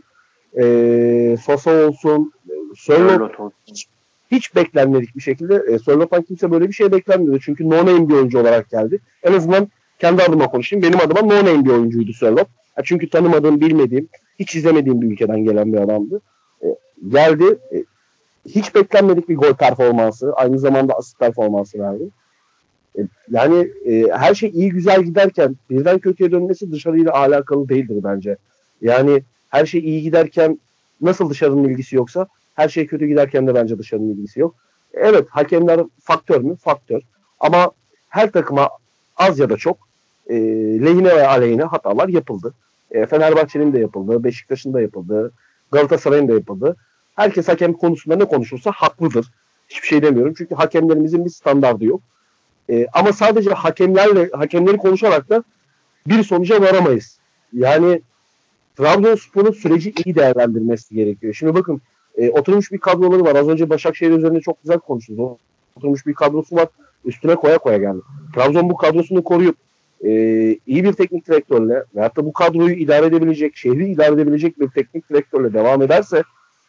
Sosa olsun, Sörloth hiç beklenmedik bir şekilde. Sörloth'tan kimse böyle bir şey beklenmiyordu. Çünkü no name bir oyuncu olarak geldi. En azından kendi adıma konuşayım. Benim adıma no name bir oyuncuydu Sörloth. Çünkü tanımadığım, bilmediğim, hiç izlemediğim bir ülkeden gelen bir adamdı. Geldi. Hiç beklenmedik bir gol performansı. Aynı zamanda asist performansı verdi. Yani her şey iyi güzel giderken birden kötüye dönmesi dışarıyla alakalı değildir bence. Yani her şey iyi giderken nasıl dışarının ilgisi yoksa her şey kötü giderken de bence dışarının ilgisi yok. Evet, hakemler faktör mü? Faktör. Ama her takıma az ya da çok lehine ve aleyhine hatalar yapıldı. Fenerbahçe'nin de yapıldı, Beşiktaş'ın da yapıldı, Galatasaray'ın da yapıldı. Herkes hakem konusunda ne konuşursa haklıdır. Hiçbir şey demiyorum. Çünkü hakemlerimizin bir standardı yok. Ama sadece hakemleri konuşarak da bir sonuca varamayız. Yani Trabzonspor'un süreci iyi değerlendirmesi gerekiyor. Şimdi bakın oturmuş bir kadroları var. Az önce Başakşehir üzerinde çok güzel konuştunuz. Oturmuş bir kadrosu var. Üstüne koya koya geldi. Trabzon bu kadrosunu koruyup iyi bir teknik direktörle veyahut da bu kadroyu idare edebilecek, şehri idare edebilecek bir teknik direktörle devam ederse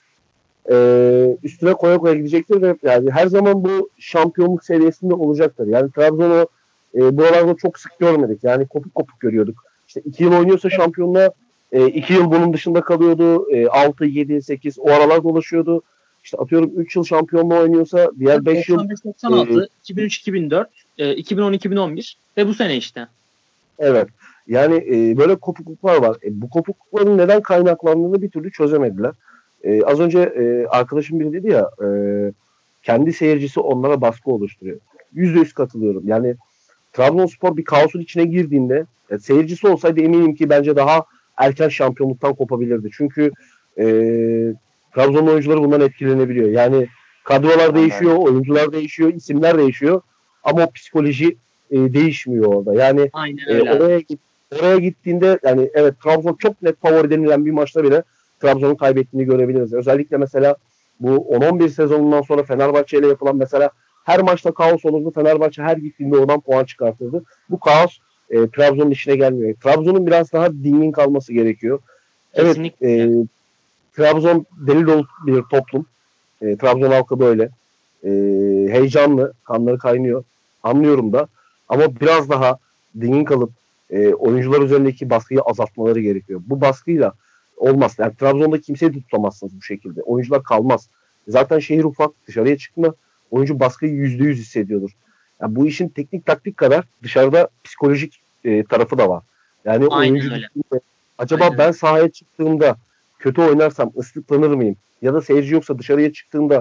üstüne koya koya gidecektir ve yani her zaman bu şampiyonluk seviyesinde olacaktır. Yani Trabzon'u buralarda çok sık görmedik. Yani kopuk kopuk görüyorduk. İşte 2 yıl oynuyorsa şampiyonluğa 2 yıl bunun dışında kalıyordu. 6, 7, 8 o aralar dolaşıyordu. İşte atıyorum 3 yıl şampiyonluğa oynuyorsa diğer 5 yıl 95-96, 2003-2004, 2010-2011 ve bu sene işte. evet. Yani böyle kopukluklar var. Bu kopuklukların neden kaynaklandığını bir türlü çözemediler. Az önce arkadaşım biri dedi ya kendi seyircisi onlara baskı oluşturuyor. %100 katılıyorum. Yani Trabzonspor bir kaosun içine girdiğinde seyircisi olsaydı eminim ki bence daha erken şampiyonluktan kopabilirdi. Çünkü e, Trabzon oyuncuları bundan etkilenebiliyor. Yani kadrolar değişiyor, oyuncular değişiyor, isimler değişiyor. Ama o psikoloji değişmiyor orada. Yani Aynen öyle. oraya gittiğinde yani evet Trabzon çok net favori denilen bir maçta bile Trabzon'un kaybettiğini görebiliriz. Özellikle mesela bu 10-11 sezonundan sonra Fenerbahçe ile yapılan mesela her maçta kaos olurdu. Fenerbahçe her gittiğinde oradan puan çıkartırdı. Bu kaos Trabzon'un işine gelmiyor. Trabzon'un biraz daha dingin kalması gerekiyor. Evet, Kesinlikle. Trabzon deli dolu bir toplum. Trabzon halkı böyle. E, heyecanlı, kanları kaynıyor. Anlıyorum da. Ama biraz daha dingin kalıp oyuncular üzerindeki baskıyı azaltmaları gerekiyor. Bu baskıyla olmaz. Yani Trabzon'da kimseyi tutamazsınız bu şekilde. Oyuncular kalmaz. Zaten şehir ufak. Dışarıya çıkma. Oyuncu baskıyı %100 hissediyordur. Yani bu işin teknik taktik kadar dışarıda psikolojik tarafı da var. Yani Aynen oyuncu öyle. acaba Aynen ben öyle. sahaya çıktığımda kötü oynarsam ıslıklanır mıyım? Ya da seyirci yoksa dışarıya çıktığımda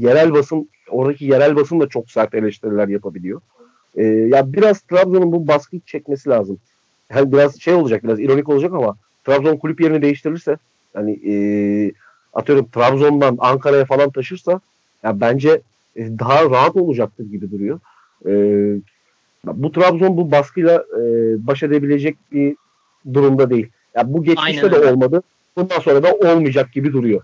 oradaki yerel basın da çok sert eleştiriler yapabiliyor. Ya biraz Trabzon'un bu baskıyı çekmesi lazım. Yani biraz şey olacak, biraz ironik olacak ama Trabzon kulüp yerini değiştirirse hani atıyorum Trabzon'dan Ankara'ya falan taşırsa ya bence daha rahat olacaktır gibi duruyor. E, bu Trabzon bu baskıyla baş edebilecek bir durumda değil. Ya bu Aynen geçmişte de öyle. olmadı. Bundan sonra da olmayacak gibi duruyor.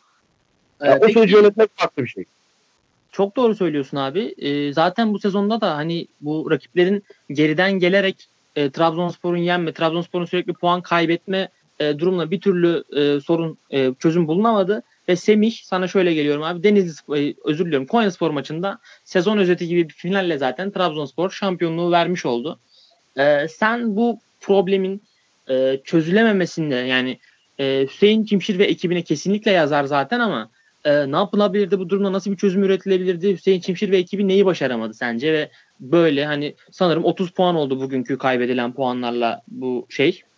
Ya o süreci Peki yönetmek farklı bir şey. çok doğru söylüyorsun abi. Zaten bu sezonda da hani bu rakiplerin geriden gelerek Trabzonspor'un yenme, Trabzonspor'un sürekli puan kaybetme durumla bir türlü çözüm bulunamadı. Ve Semih sana şöyle geliyorum abi. Özür diliyorum. Konyaspor maçında sezon özeti gibi bir finalle zaten Trabzonspor şampiyonluğu vermiş oldu. Sen bu problemin çözülememesinde yani Hüseyin Çimşir ve ekibine kesinlikle yazar zaten ama ne yapılabilirdi bu durumda, nasıl bir çözüm üretilebilirdi? Hüseyin Çimşir ve ekibi neyi başaramadı sence ve böyle hani sanırım 30 puan oldu bugünkü kaybedilen puanlarla bu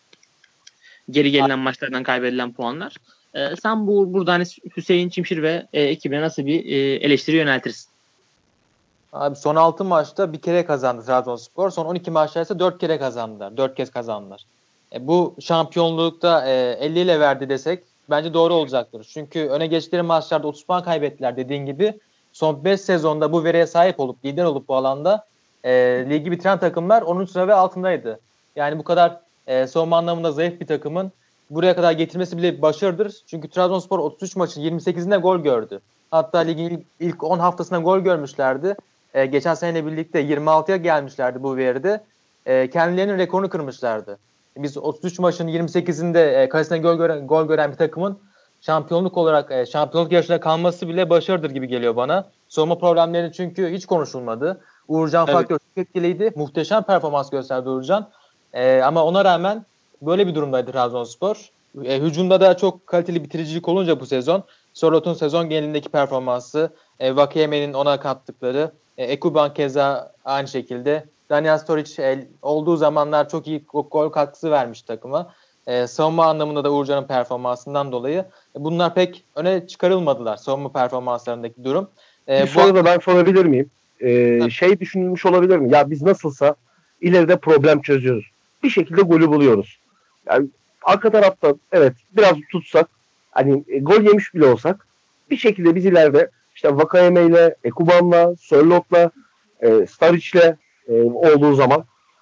geri gelinen maçlardan kaybedilen puanlar. Sen burada hani Hüseyin Çimşir ve ekibine nasıl bir eleştiri yöneltirsin? Abi son 6 maçta bir kere kazandı Trabzonspor. Son 12 maçta ise 4 kere kazandılar. 4 kez kazandılar. Bu şampiyonlukta 50 ile verdi desek bence doğru olacaktır. Çünkü öne geçtikleri maçlarda 30 puan kaybettiler dediğin gibi. Son 5 sezonda bu veriye sahip olup lider olup bu alanda ligi bitiren takımlar 10. sıra ve altındaydı. Yani bu kadar savunma anlamında zayıf bir takımın buraya kadar getirmesi bile bir başarıdır. Çünkü Trabzonspor 33 maçın 28'inde gol gördü. Hatta ligin ilk 10 haftasında gol görmüşlerdi. Geçen seneyle birlikte 26'ya gelmişlerdi bu veride. Kendilerinin rekorunu kırmışlardı. Biz 33 maçın 28'inde kalesine gol gören bir takımın şampiyonluk yarışına kalması bile başarıdır gibi geliyor bana. Savunma problemleri çünkü hiç konuşulmadı. Uğurcan Evet. faktör çok etkiliydi. Muhteşem performans gösterdi Uğurcan. Ama ona rağmen böyle bir durumdaydı Trabzonspor. Hücumda da çok kaliteli bitiricilik olunca bu sezon Sorlot'un sezon genelindeki performansı, Vakiyeme'nin ona kattıkları, Ekuban keza aynı şekilde Daniel Sturridge olduğu zamanlar çok iyi gol katkısı vermiş takıma. Savunma anlamında da Uğurcan'ın performansından dolayı bunlar pek öne çıkarılmadılar, savunma performanslarındaki durum. Bir soru da ben sorabilir miyim? Şey düşünülmüş olabilir mi? Ya biz nasılsa ileride problem çözüyoruz. Bir şekilde golü buluyoruz. Yani arka tarafta evet biraz tutsak, hani gol yemiş bile olsak bir şekilde biz ileride işte Vakayeme ile, Ekuban'la, Sörlot'la, Staric'le olduğu zaman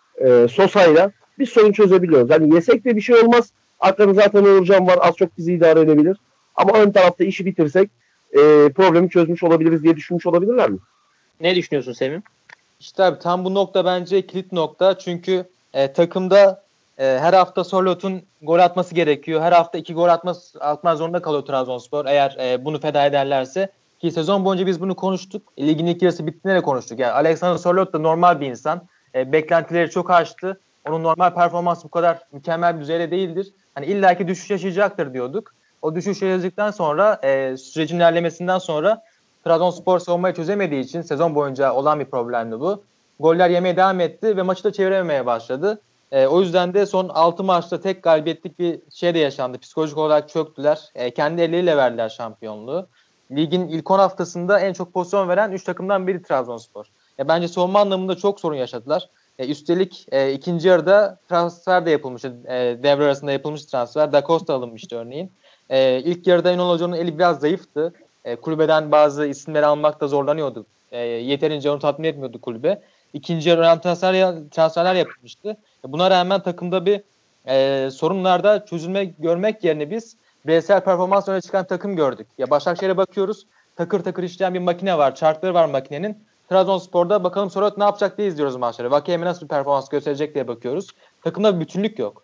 Sosa'yla bir sorun çözebiliyoruz. Yani yesek de bir şey olmaz. Arkada zaten Uğurcan var. Az çok bizi idare edebilir. Ama ön tarafta işi bitirsek problemi çözmüş olabiliriz diye düşünmüş olabilirler mi? Ne düşünüyorsun Semih? İşte abi tam bu nokta bence kilit nokta. Çünkü takımda her hafta Sörlot'un gol atması gerekiyor. Her hafta 2 gol atmak zorunda kalıyor Trabzonspor. Eğer bunu feda ederlerse. Ki sezon boyunca biz bunu konuştuk. Ligin ilk yarısı bittiğinde de konuştuk. Yani Alexander Sörloth da normal bir insan. Beklentileri çok aştı. Onun normal performansı bu kadar mükemmel bir düzeyde değildir. Hani illaki düşüş yaşayacaktır diyorduk. O düşüş yaşadıktan sonra sürecin ilerlemesinden sonra Trabzonspor savunmayı çözemediği için sezon boyunca olan bir problemdi bu. Goller yemeye devam etti ve maçı da çevirememeye başladı. O yüzden de son 6 maçta tek galibiyetlik bir şey de yaşandı. Psikolojik olarak çöktüler. Kendi elleriyle verdiler şampiyonluğu. Ligin ilk 10 haftasında en çok pozisyon veren 3 takımdan biri Trabzonspor. Bence savunma anlamında çok sorun yaşadılar. Üstelik ikinci yarıda transfer de yapılmıştı. Devre arasında yapılmış transfer. Da Costa alınmıştı örneğin. İlk yarıda Ünal Hoca'nın eli biraz zayıftı. Kulübeden bazı isimleri almakta zorlanıyordu. Yeterince onu tatmin etmiyordu kulübe. İkinci yarı önemli transferler yapılmıştı. Buna rağmen takımda bir sorunlarda çözülme görmek yerine biz bireysel performans öne çıkan takım gördük. Ya Başakşehir'e bakıyoruz. Takır takır işleyen bir makine var. Çarkları var makinenin. Trabzonspor'da bakalım Sorot ne yapacak diye izliyoruz maçları. Vakayeme nasıl bir performans gösterecek diye bakıyoruz. Takımda bir bütünlük yok.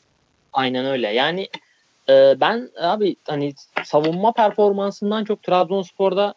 Aynen öyle. Yani ben abi hani savunma performansından çok Trabzonspor'da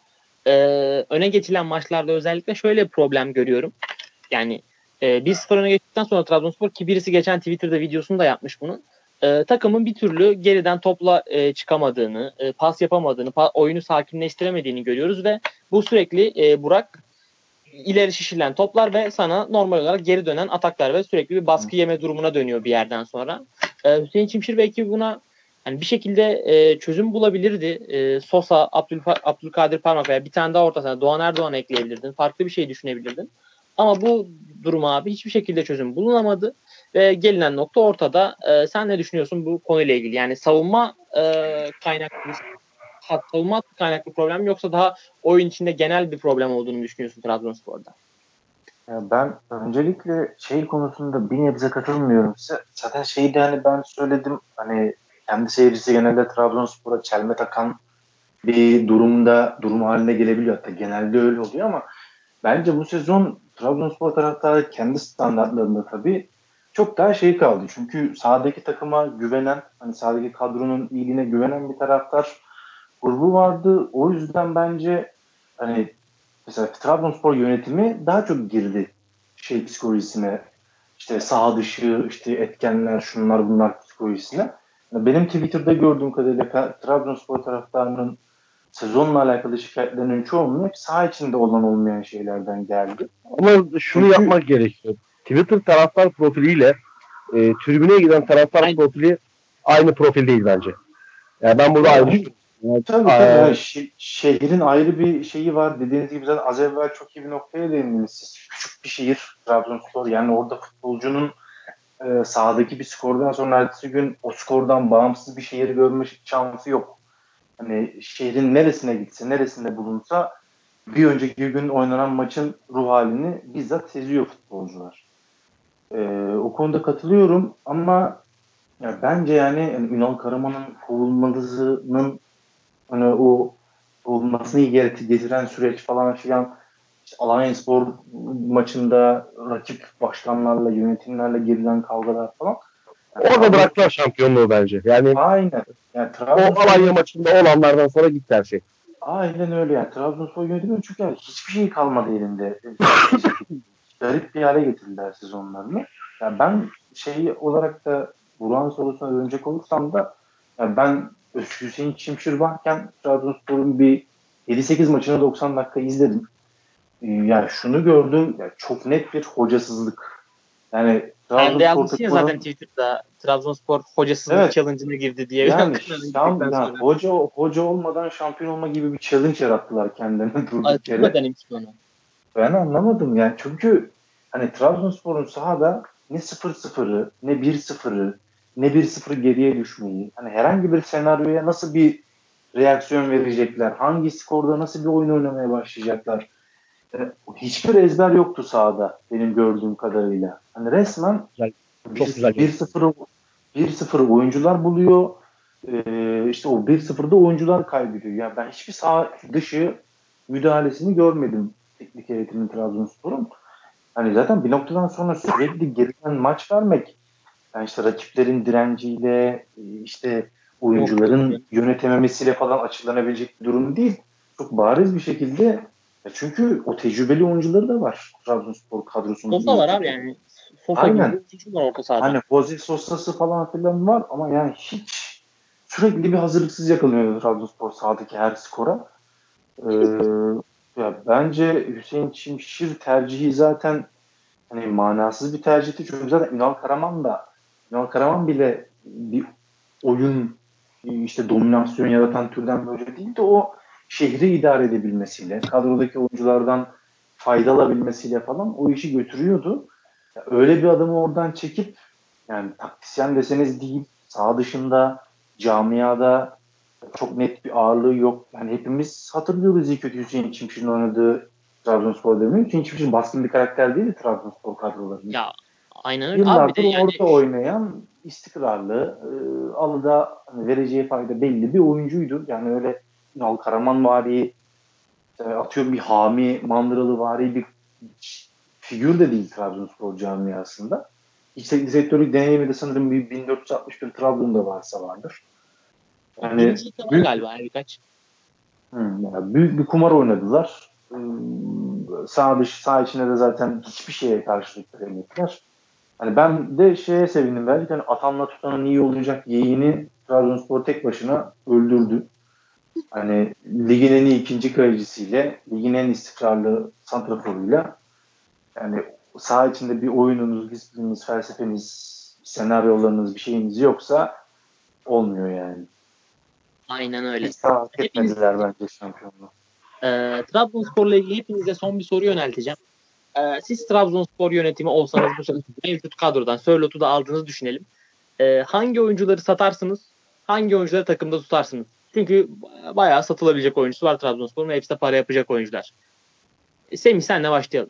öne geçilen maçlarda özellikle şöyle bir problem görüyorum. Yani 1-0 öne geçtikten sonra Trabzonspor, ki birisi geçen Twitter'da videosunu da yapmış bunun. Takımın bir türlü geriden topla çıkamadığını, pas yapamadığını, oyunu sakinleştiremediğini görüyoruz ve bu sürekli Burak ileri şişirilen toplar ve sana normal olarak geri dönen ataklar ve sürekli bir baskı yeme durumuna dönüyor bir yerden sonra. Hüseyin Çimşir belki buna hani bir şekilde çözüm bulabilirdi. Sosa, Abdülkadir Parmak veya bir tane daha orta saha Doğan Erdoğan ekleyebilirdin. Farklı bir şey düşünebilirdin. Ama bu duruma abi hiçbir şekilde çözüm bulunamadı ve gelinen nokta ortada. Sen ne düşünüyorsun bu konuyla ilgili? Yani savunma kaynaklı savunma kaynaklı problem yoksa daha oyun içinde genel bir problem olduğunu düşünüyorsun Trabzonspor'da? Ya ben öncelikle şey konusunda bir nebze katılmıyorum size. Zaten şeyi de hani ben söyledim, hani kendi seyircisi genelde Trabzonspor'a çelme takan bir durum haline gelebiliyor. Hatta genelde öyle oluyor ama bence bu sezon Trabzonspor taraftarı kendi standartlarında tabii çok daha şey kaldı. Çünkü sahadaki takıma güvenen, hani sahadaki kadronun iyiliğine güvenen bir taraftar grubu vardı. O yüzden bence hani mesela Trabzonspor yönetimi daha çok girdi şey psikolojisine, işte saha dışı işte etkenler şunlar bunlar psikolojisine. Benim Twitter'da gördüğüm kadarıyla Trabzonspor taraftarının sezonla alakalı şikayetlerinin çoğunluğu hep saha içinde olan olmayan şeylerden geldi. Ama şunu yapmak gerekiyor. Twitter taraftar profiliyle tribüne giden taraftar profili aynı profil değil bence. Yani ben burada ayrıştım. Tabii. Yani şehrin ayrı bir şeyi var. Dediğiniz gibi zaten az evvel çok iyi bir noktaya değindiniz siz. Küçük bir şehir Trabzonspor. Yani orada futbolcunun sahadaki bir skordan sonra ertesi gün o skordan bağımsız bir şehir görme şansı yok. Hani şehrin neresine gitse, neresinde bulunsa bir önceki gün oynanan maçın ruh halini bizzat seziyor futbolcular. O konuda katılıyorum ama ya bence yani Ünal Karaman'ın kovulmasının hani o kovulmasını getiren süreç falan filan, işte Alanyaspor maçında rakip başkanlarla, yönetimlerle girilen kavgalar falan. Yani orada bıraktılar şampiyonluğu bence. Yani aynen. Yani o Alanya maçında olanlardan sonra gitti her şey. Aynen öyle yani. Trabzonspor yönetimi çünkü yani hiçbir şey kalmadı elinde. Garip bir hale getirdiler sezonlarını. Yani ben şey olarak da Burak'ın sorusuna dönecek olursam da yani ben Hüseyin Çimşir varken Trabzonspor'un bir 7-8 maçını 90 dakika izledim. yani şunu gördüm, yani çok net bir hocasızlık. Yani Sen de Trabzonspor yazmışsın ya zaten takımının Twitter'da Trabzonspor hocasızlık evet challenge'ına girdi diye yani gittikten yani sonra. hoca olmadan şampiyon olma gibi bir challenge yarattılar kendilerine Ay, durduk kim mi yere. denemişti onu? Ben anlamadım yani çünkü hani Trabzonspor'un sahada ne 0-0'ı, ne 1-0'ı, ne 1-0 geriye düşmeyi, hani herhangi bir senaryoya nasıl bir reaksiyon verecekler, hangi skorda nasıl bir oyun oynamaya başlayacaklar. Hiçbir ezber yoktu sahada benim gördüğüm kadarıyla. Hani resmen Güzel, bir çok güzel gördüm. 1-0'ı 1-0'ı oyuncular buluyor. İşte o 1-0'da oyuncular kaybediyor. Yani ben hiçbir saha dışı müdahalesini görmedim teknik heyetinin Trabzonspor'un. Hani zaten bir noktadan sonra sürekli geriden maç vermek, yani işte rakiplerin direnciyle, işte Yok oyuncuların canım. yönetememesiyle falan açıklanabilecek bir durum değil. Çok bariz bir şekilde, çünkü o tecrübeli oyuncuları da var Trabzonspor kadrosunda Sosa iyi var abi kötü. yani. Sosa gibi bir Aynen. oyuncu var orta sahada. Hani Jose Sosa'sı falan filan var ama yani hiç sürekli bir hazırlıksız yakalıyor Trabzonspor sahadaki her skora. Ee, ya bence Hüseyin Çimşir tercihi zaten hani manasız bir tercihti. Çünkü zaten Ünal Karaman bile bir oyun, işte dominasyon yaratan türden böyle değil de o şehri idare edebilmesiyle, kadrodaki oyunculardan fayda alabilmesiyle falan o işi götürüyordu. Ya öyle bir adamı oradan çekip, yani taktisyen deseniz değil, saha dışında, camiada çok net bir ağırlığı yok. Yani hepimiz hatırlıyoruz iyi kötü Hüseyin Çimşir'in oynadığı Trabzonspor dönemi. Hüseyin Çimşir baskın bir karakter değildi Trabzonspor kadrolarında. Ya aynen öyle. Abi bir de Yıllardır yani orada oynayan, istikrarlı, alıda hani vereceği fayda belli bir oyuncuydu. Yani öyle Ünal Karamanvari, atıyorum bir Hami Mandıralıvari bir figür de değil Trabzonspor camiasında. İç direktörlük deneyimi de sanırım bir 1461 Trabzon'da varsa vardır. Yani birincilikte var büyük galiba ya birkaç. yani büyük bir kumar oynadılar. Sağ içinde de zaten hiçbir şeye karşılık veremediler. Hani ben de şeye sevindim belki, hani atanla tutanın iyi olacak yeğeni Trabzonspor tek başına öldürdü. Hani ligin en iyi ikinci kalecisiyle, ligin en istikrarlı santraforuyla, yani saha içinde bir oyununuz, disiplininiz, felsefeniz, senaryolarınız, bir şeyiniz yoksa olmuyor yani. Aynen öyle. Hiç daha hak Hepiniz etmediler bence şampiyonluğu. Trabzonspor'la ilgili hepinize son bir soru yönelteceğim. Siz Trabzonspor yönetimi olsanız bu sene mevcut kadrodan Sörlot'u da aldığınızı düşünelim. Hangi oyuncuları satarsınız? Hangi oyuncuları takımda tutarsınız? Çünkü bayağı satılabilecek oyuncusu var Trabzonspor'un ve hepsi de para yapacak oyuncular. Semih senle başlayalım.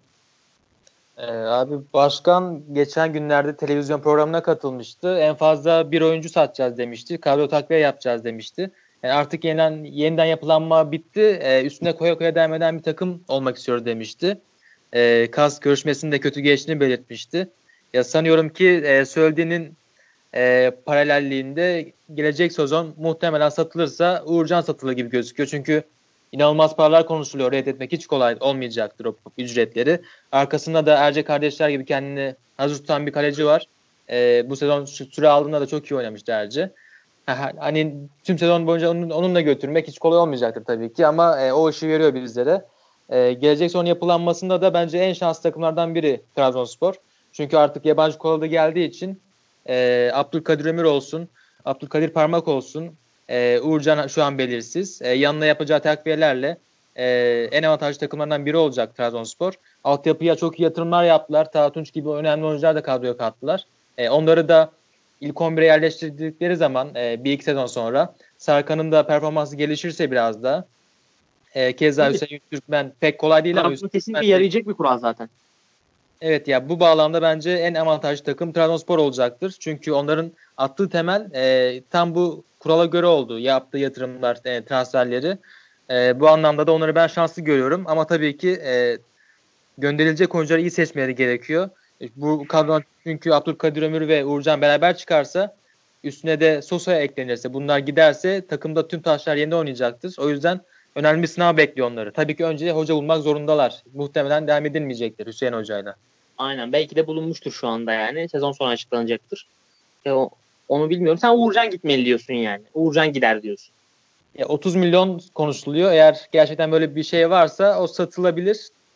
Abi başkan geçen günlerde televizyon programına katılmıştı. En fazla bir oyuncu satacağız demişti. Kadro takviye yapacağız demişti. Yani artık yeniden yapılanma bitti. Üstüne koya koya devam eden bir takım olmak istiyoruz demişti. Kas görüşmesinin de kötü geçtiğini belirtmişti. Ya sanıyorum ki söylediğinin paralelliğinde gelecek sezon muhtemelen satılırsa Uğurcan satılır gibi gözüküyor. Çünkü inanılmaz paralar konuşuluyor. Reddetmek hiç kolay olmayacaktır o ücretleri. Arkasında da Erce kardeşler gibi kendini hazır tutan bir kaleci var. Bu sezon süre aldığında da çok iyi oynamıştı Erce. Hani tüm sezon boyunca onunla götürmek hiç kolay olmayacaktır tabii ki ama o işi görüyor bizlere. Gelecek sezon yapılanmasında da bence en şanslı takımlardan biri Trabzonspor. Çünkü artık yabancı kolalı geldiği için Abdülkadir Ömür olsun, Abdülkadir Parmak olsun, Uğurcan şu an belirsiz. Yanına yapacağı takviyelerle en avantajlı takımlardan biri olacak Trabzonspor. Altyapıya çok iyi yatırımlar yaptılar. Taha Tunç gibi önemli oyuncular da kadroya kattılar. Onları da ilk 11'e yerleştirdikleri zaman bir iki sezon sonra Serkan'ın da performansı gelişirse biraz da keza Tabii. Hüseyin Türkmen pek kolay değil ama Trabzon'a Hüseyin kesinlikle Türkmen de yarayacak bir kural zaten. evet ya bu bağlamda bence en avantajlı takım Trabzonspor olacaktır. Çünkü onların attığı temel tam bu kurala göre oldu. Yaptığı yatırımlar, transferleri. Bu anlamda da onları ben şanslı görüyorum. Ama tabii ki gönderilecek oyuncuları iyi seçmeleri gerekiyor. Bu kadro çünkü Abdülkadir Ömür ve Uğurcan beraber çıkarsa üstüne de Sosa'ya eklenirse bunlar giderse takımda tüm taşlar yerinde oynayacaktır. O yüzden önemli bir sınav bekliyor onları. Tabii ki önce hoca bulmak zorundalar. Muhtemelen devam edilmeyecektir Hüseyin Hoca'yla. Aynen. Belki de bulunmuştur şu anda yani. Sezon sonu açıklanacaktır. Onu bilmiyorum. Sen Uğurcan gitmeli diyorsun yani. Uğurcan gider diyorsun. 30 milyon konuşuluyor. Eğer gerçekten böyle bir şey varsa o satılabilir.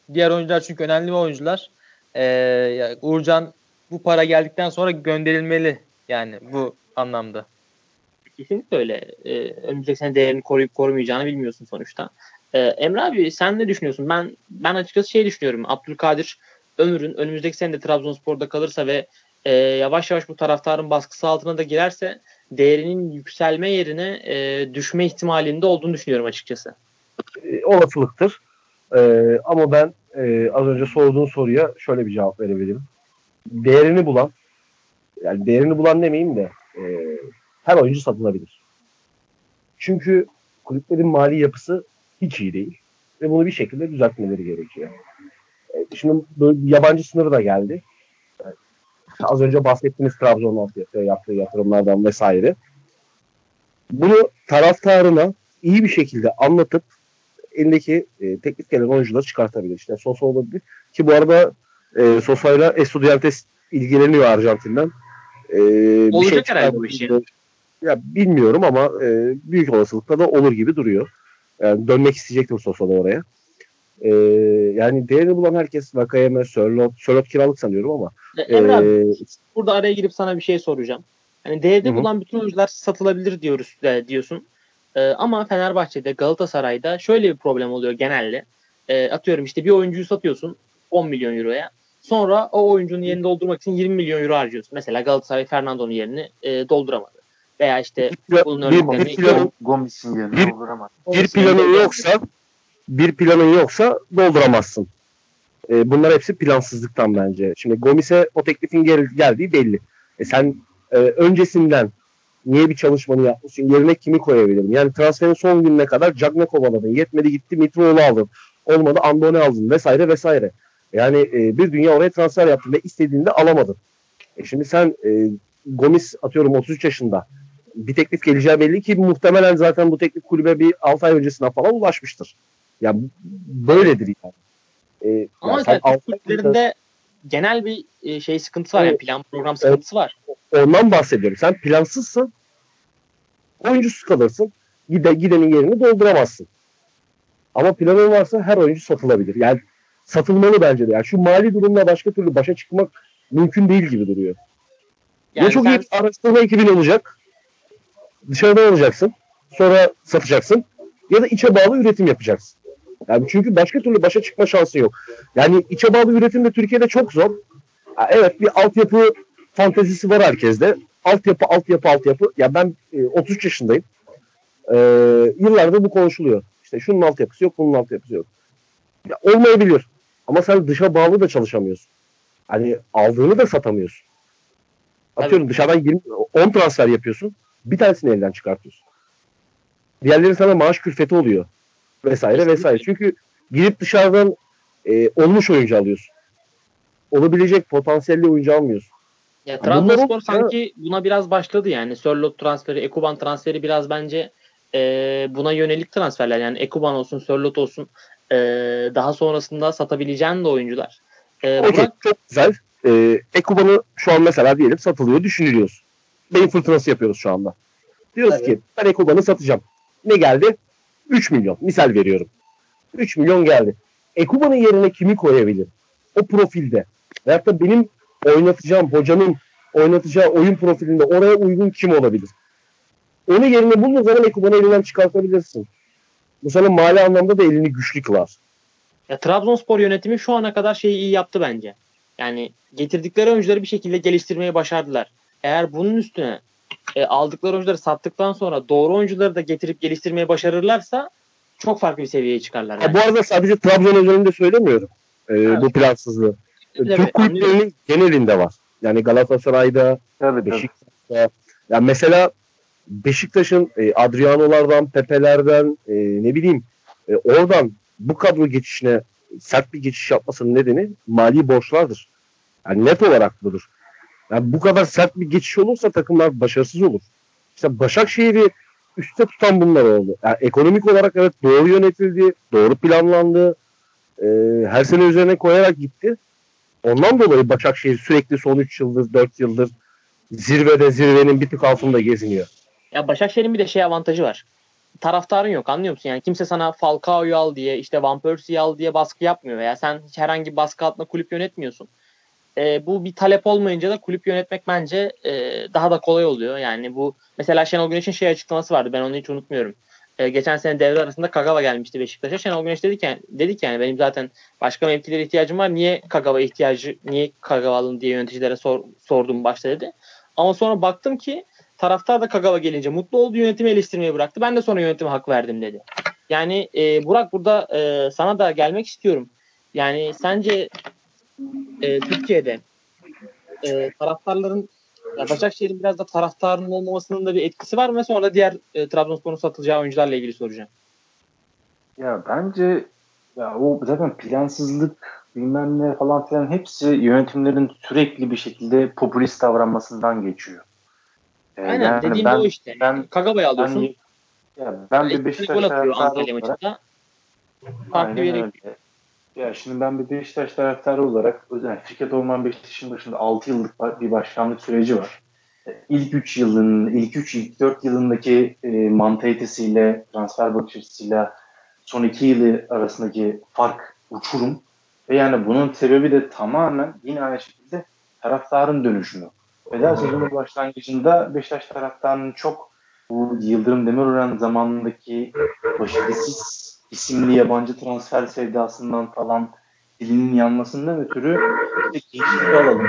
Diğer oyuncular çünkü önemli oyuncular. Uğurcan bu para geldikten sonra gönderilmeli yani bu anlamda. Kesinlikle öyle. Önümüzdeki sene değerini koruyup korumayacağını bilmiyorsun sonuçta. Emre abi sen ne düşünüyorsun? Ben açıkçası düşünüyorum. Abdülkadir Ömür'ün önümüzdeki sene de Trabzonspor'da kalırsa ve yavaş yavaş bu taraftarın baskısı altına da girerse değerinin yükselme yerine düşme ihtimalinde olduğunu düşünüyorum açıkçası. Olasılıktır. Ama ben az önce sorduğun soruya şöyle bir cevap verebilirim. Değerini bulan, yani değerini bulan demeyeyim de her oyuncu satılabilir. Çünkü kulüplerin mali yapısı hiç iyi değil. Ve bunu bir şekilde düzeltmeleri gerekiyor. Şimdi böyle yabancı sınırı da geldi. Az önce bahsettiğimiz Trabzon'un yaptığı yatırımlardan vesaire. Bunu taraftarına iyi bir şekilde anlatıp elindeki teklif gelen oyuncuları çıkartabilir. İşte Sosa olabilir. Ki bu arada Sosa'yla Estudiantes ilgileniyor Arjantin'den. Olacak herhalde bu iş. Ya bilmiyorum ama büyük olasılıkla da olur gibi duruyor. Yani dönmek isteyecektir Sosa da oraya. Yani değerini bulan herkes Vakayeme, Sörloth kiralık sanıyorum ama. Emre abi burada araya girip sana bir şey soracağım. Hani değerini bulan bütün oyuncular satılabilir diyorsun. Ama Fenerbahçe'de, Galatasaray'da şöyle bir problem oluyor genelde. Atıyorum işte bir oyuncuyu satıyorsun 10 milyon euroya. Sonra o oyuncunun yerini doldurmak için 20 milyon euro harcıyorsun. Mesela Galatasaray Fernando'nun yerini dolduramadı. Veya işte bunun örneklerini Gomis'in yerini dolduramadı. Bir planın yoksa dolduramazsın. Bunlar hepsi plansızlıktan bence. Şimdi Gomis'e o teklifin geldiği belli. Sen öncesinden niye bir çalışmanı yapmışsın? Yerine kimi koyabilirim? Yani transferin son gününe kadar Cagney kovaladın. Yetmedi gitti Mitroğlu aldın. Olmadı Andone aldın vesaire vesaire. Yani bir dünya oraya transfer yaptın ve istediğinde alamadın. Şimdi sen Gomis atıyorum 33 yaşında. Bir teklif geleceği belli ki muhtemelen zaten bu teklif kulübe bir 6 ay öncesinden falan ulaşmıştır. Ya böyledir yani. Ama Türk kulüplerinde genel bir sıkıntısı var. Yani plan program sıkıntısı var. Ondan bahsediyorum. Sen plansızsın. Oyuncusuz kalırsın. Gidenin yerini dolduramazsın. Ama planın varsa her oyuncu satılabilir. Yani satılmalı bence de. Yani şu mali durumla başka türlü başa çıkmak mümkün değil gibi duruyor. Yani ya çok iyi araştırma ekibin olacak. Dışarıdan alacaksın. Sonra satacaksın. Ya da içe bağlı üretim yapacaksın. Yani çünkü başka türlü başa çıkma şansı yok. Yani içe bağlı üretim de Türkiye'de çok zor. Evet bir altyapı fantezisi var herkeste. Altyapı. Ya ben 33 yaşındayım. Yıllardır bu konuşuluyor. İşte şunun altyapısı yok, bunun altyapısı yok. Ya, olmayabilir. Ama sen dışa bağlı da çalışamıyorsun. Hani aldığını da satamıyorsun. Atıyorum evet. Dışarıdan 10 transfer yapıyorsun. Bir tanesini elden çıkartıyorsun. Diğerleri sana maaş külfeti oluyor. Vesaire vesaire. Çünkü girip dışarıdan olmuş oyuncu alıyorsun. Olabilecek potansiyelli oyuncu almıyorsun. Ya Trabzonspor sanki buna biraz başladı yani. Sörloth transferi, Ekuban transferi biraz bence buna yönelik transferler. Yani Ekuban olsun, Sörloth olsun daha sonrasında satabileceğin de oyuncular. Burak... Çok güzel. Ekuban'ı şu an mesela diyelim satılıyor düşünülüyoruz. Beyin fırtınası yapıyoruz şu anda. Diyoruz ki ben Ekuban'ı satacağım. Ne geldi? 3 milyon. Misal veriyorum. 3 milyon geldi. Ekuban'ın yerine kimi koyabilir? O profilde. Veyahut da benim oynatacağım hocanın oynatacağı oyun profilinde oraya uygun kim olabilir? Onu yerine bulduğun zaman Ekuban'ı elinden çıkartabilirsin. Bu sana mali anlamda da elini güçlü kılar. Ya Trabzonspor yönetimi şu ana kadar şeyi iyi yaptı bence. Yani getirdikleri oyuncuları bir şekilde geliştirmeyi başardılar. Eğer bunun üstüne aldıkları oyuncuları sattıktan sonra doğru oyuncuları da getirip geliştirmeyi başarırlarsa çok farklı bir seviyeye çıkarlar. Yani. Bu arada sadece Trabzon özelinde söylemiyorum. Bu plansızlığı. Türk kulüplerinin genelinde var. Yani Galatasaray'da, Beşiktaş'ta. Yani mesela Beşiktaş'ın Adriano'lardan, Pepe'lerden ne bileyim oradan bu kadro geçişine sert bir geçiş yapmasının nedeni mali borçlardır. Yani net olarak budur. Yani bu kadar sert bir geçiş olursa takımlar başarısız olur. İşte Başakşehir'i üstte tutan bunlar oldu. Yani ekonomik olarak evet doğru yönetildi, doğru planlandı. Her sene üzerine koyarak gitti. Ondan dolayı Başakşehir sürekli son 3 yıldır, 4 yıldır zirvenin bir tık altında geziniyor. Ya Başakşehir'in bir de avantajı var. taraftarın yok, anlıyor musun? Yani kimse sana Falcao'yu al diye, işte Van Persie'yi al diye baskı yapmıyor veya sen hiç herhangi bir baskı altında kulüp yönetmiyorsun. Bu bir talep olmayınca da kulüp yönetmek bence daha da kolay oluyor. Yani bu mesela Şenol Güneş'in açıklaması vardı. Ben onu hiç unutmuyorum. Geçen sene devre arasında Kagawa gelmişti Beşiktaş'a. Şenol Güneş dedik yani benim zaten başka mevkilere ihtiyacım var. Niye Kagawa alın diye yöneticilere sordum başta dedi. Ama sonra baktım ki taraftar da Kagawa gelince mutlu oldu, yönetimi eleştirmeyi bıraktı. Ben de sonra yönetime hak verdim dedi. Yani Burak, burada sana da gelmek istiyorum. Yani sence Türkiye'de taraftarların, ya Başakşehir'in biraz da taraftarının olmamasının da bir etkisi var mı? Sonra da diğer Trabzonspor'un satılacağı oyuncularla ilgili soracağım. Ya bence ya o zaten plansızlık bilmem ne falan filan hepsi yönetimlerin sürekli bir şekilde popülist davranmasından geçiyor. Aynen, Yani dediğim de o ben işte. ben Kagawa'yı ben alıyorsun. ben bir İki tane gol Beşiktaş atıyor taraftarı Antalya olarak maçında. Farklı bir aynen yere öyle. gidiyor. Ya şimdi ben bir Beşiktaş taraftarı olarak özellikle Fikret Orman Beşiktaş'ın başında 6 yıllık bir başkanlık süreci var. İlk 4 yılındaki mantalitesiyle, transfer bakış açısıyla son 2 yılı arasındaki fark uçurum. Ve yani bunun sebebi de tamamen yine aynı şekilde taraftarın dönüşümü. Veda sezonu başlangıcında Beşiktaş taraftarının çok bu Yıldırım Demirören zamanındaki başarısız isimli yabancı transfer sevdasından falan dilinin yanmasından ötürü işte gençleri alalım.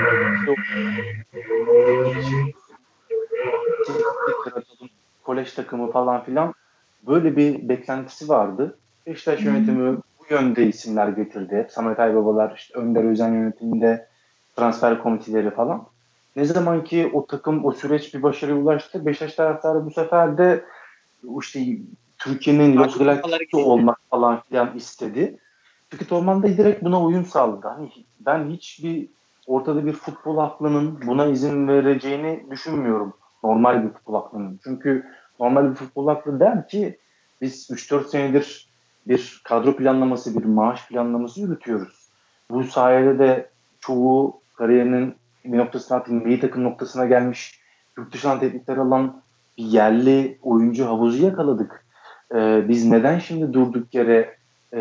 Teknik atalım, kolej takımı falan filan böyle bir beklentisi vardı. Beşiktaş yönetimi bu yönde isimler getirdi. Samet Aybabalar, işte Önder Özen yönetiminde transfer komiteleri falan. Ne zaman ki o takım, o süreç bir başarıya ulaştı, Beşiktaş taraftarı bu sefer de işte Türkiye'nin Los Galacticos'u olmak falan filan istedi. Fikret Orman da direkt buna uyum sağladı. Hani ben hiçbir ortada bir futbol aklının buna izin vereceğini düşünmüyorum. Normal bir futbol aklının. Çünkü normal bir futbol aklı der ki biz 3-4 senedir bir kadro planlaması, bir maaş planlaması yürütüyoruz. Bu sayede de çoğu kariyerinin bir noktasına, artık milli takım noktasına gelmiş, yurt dışından teklifler alan bir yerli oyuncu havuzu yakaladık. Biz neden şimdi durduk yere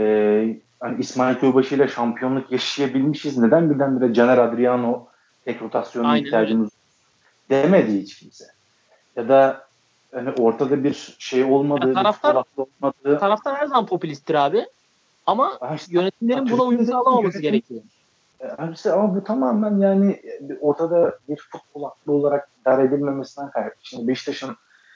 hani İsmail Köybaşı ile şampiyonluk yaşayabilmişiz? Neden birdenbire Caner Adriano tek rotasyona Aynen öyle. ihtiyacımız demedi hiç kimse. Ya da hani ortada bir şey Ya olmadığı, bir futbol taraftar aklı olmadığı. her zaman popülisttir abi. Ama yönetimlerin buna uyum Türkiye'de sağlamaması yönetim gerekiyor. işte ama bu tamamen yani ortada bir futbol aklı olarak idare edilmemesinden kaynaklı. Şimdi Beşiktaş'ın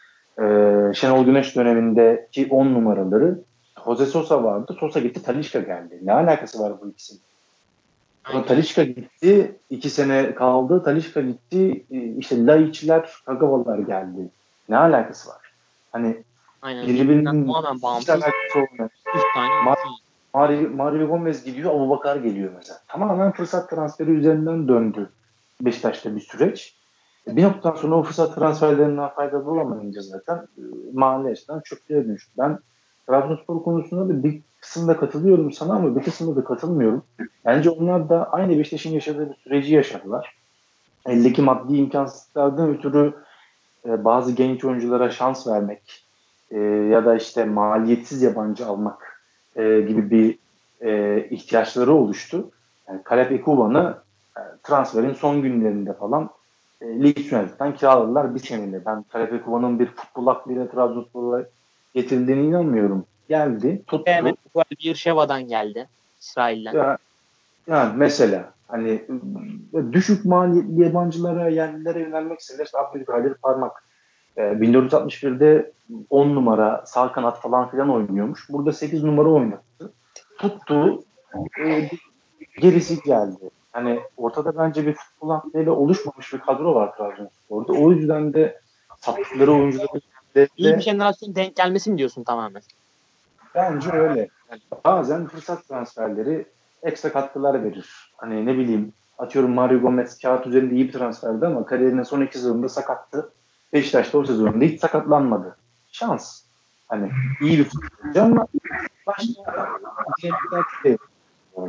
Şenol Güneş dönemindeki 10 numaraları Jose Sosa vardı. Sosa gitti, Talisca geldi. Ne alakası var bu ikisinin? Sonra Aynen öyle. Talisca gitti. 2 sene kaldı. Talisca gitti. İşte Laiç'ler, Kagawa'lar geldi. Ne alakası var? Hani Aynen. Birbirinden birbirinin tamamen hiç bağımsız alakası olmayan. 3 tane oyuncu. Mario Gomez gidiyor, Abubakar geliyor mesela. Tamamen fırsat transferi üzerinden döndü Beşiktaş'ta bir süreç. Bir noktadan sonra o fırsat transferlerinden fayda bulamayınca zaten mahalle açıdan çöplüğe dönüştü. Ben Trabzonspor konusunda da bir kısımda katılıyorum sana ama bir kısımda da katılmıyorum. Bence onlar da aynı Beşiktaş'ın yaşadığı bir süreci yaşadılar. Eldeki maddi imkansızlıklardan ötürü bazı genç oyunculara şans vermek ya da işte maliyetsiz yabancı almak gibi bir ihtiyaçları oluştu. Yani Caleb Ekuban'ı transferin son günlerinde falan lig yönetimden kiraladılar bir senede. Ben Caleb Ekuban'ın bir futbol aklıyla Trabzonspor'a getirildiğine inanmıyorum. Geldi, Hemen tuttu. bir Şeva'dan geldi. İsrail'den. Ya, yani mesela hani düşük maliyetli yabancılara, yerlilere yönelmek işte Abdülkadir Parmak 1461'de 10 numara sağ kanat falan filan oynuyormuş. Burada 8 numara oynattı. Tuttu. E, gerisi geldi. Hani ortada bence bir futbol aklıyla oluşmamış bir kadro var Trabzonspor'da. O yüzden de sattıkları oyuncuların İyi bir de jenerasyon denk gelmesi mi diyorsun tamamen? bence öyle. Yani bazen fırsat transferleri ekstra katkılar verir. Hani ne bileyim atıyorum Mario Gomez kağıt üzerinde iyi bir transferdi ama kariyerinin son 2 sezonunda sakattı. Beşiktaş'ta o sezonunda hiç sakatlanmadı. Şans. Hani iyi bir futbolcu ama başka dinamikler de var.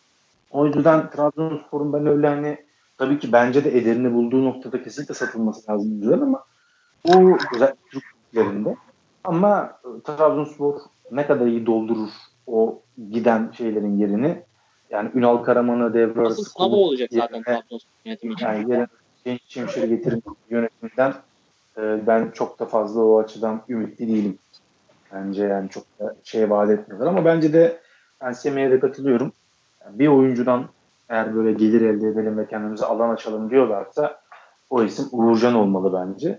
O yüzden Trabzonspor'un ben öyle hani tabii ki bence de ederini bulduğu noktada kesinlikle satılması lazım oyuncular ama bu özellikle Türk kulüplerinde Ama Trabzonspor ne kadar iyi doldurur o giden şeylerin yerini. Yani Ünal Karaman'ı devre Asıl arası sınavı kullanıp olacak zaten yerine, Trabzonspor yönetimi için. yani yerine Genç Şimşir'i getirmek yönetiminden ben çok da fazla o açıdan ümitli değilim. Bence yani çok da vaat etmiyorlar ama bence de ben Semih'e de katılıyorum. Yani bir oyuncudan eğer böyle gelir elde edelim ve kendimize alan açalım diyorlarsa o isim Uğurcan olmalı bence.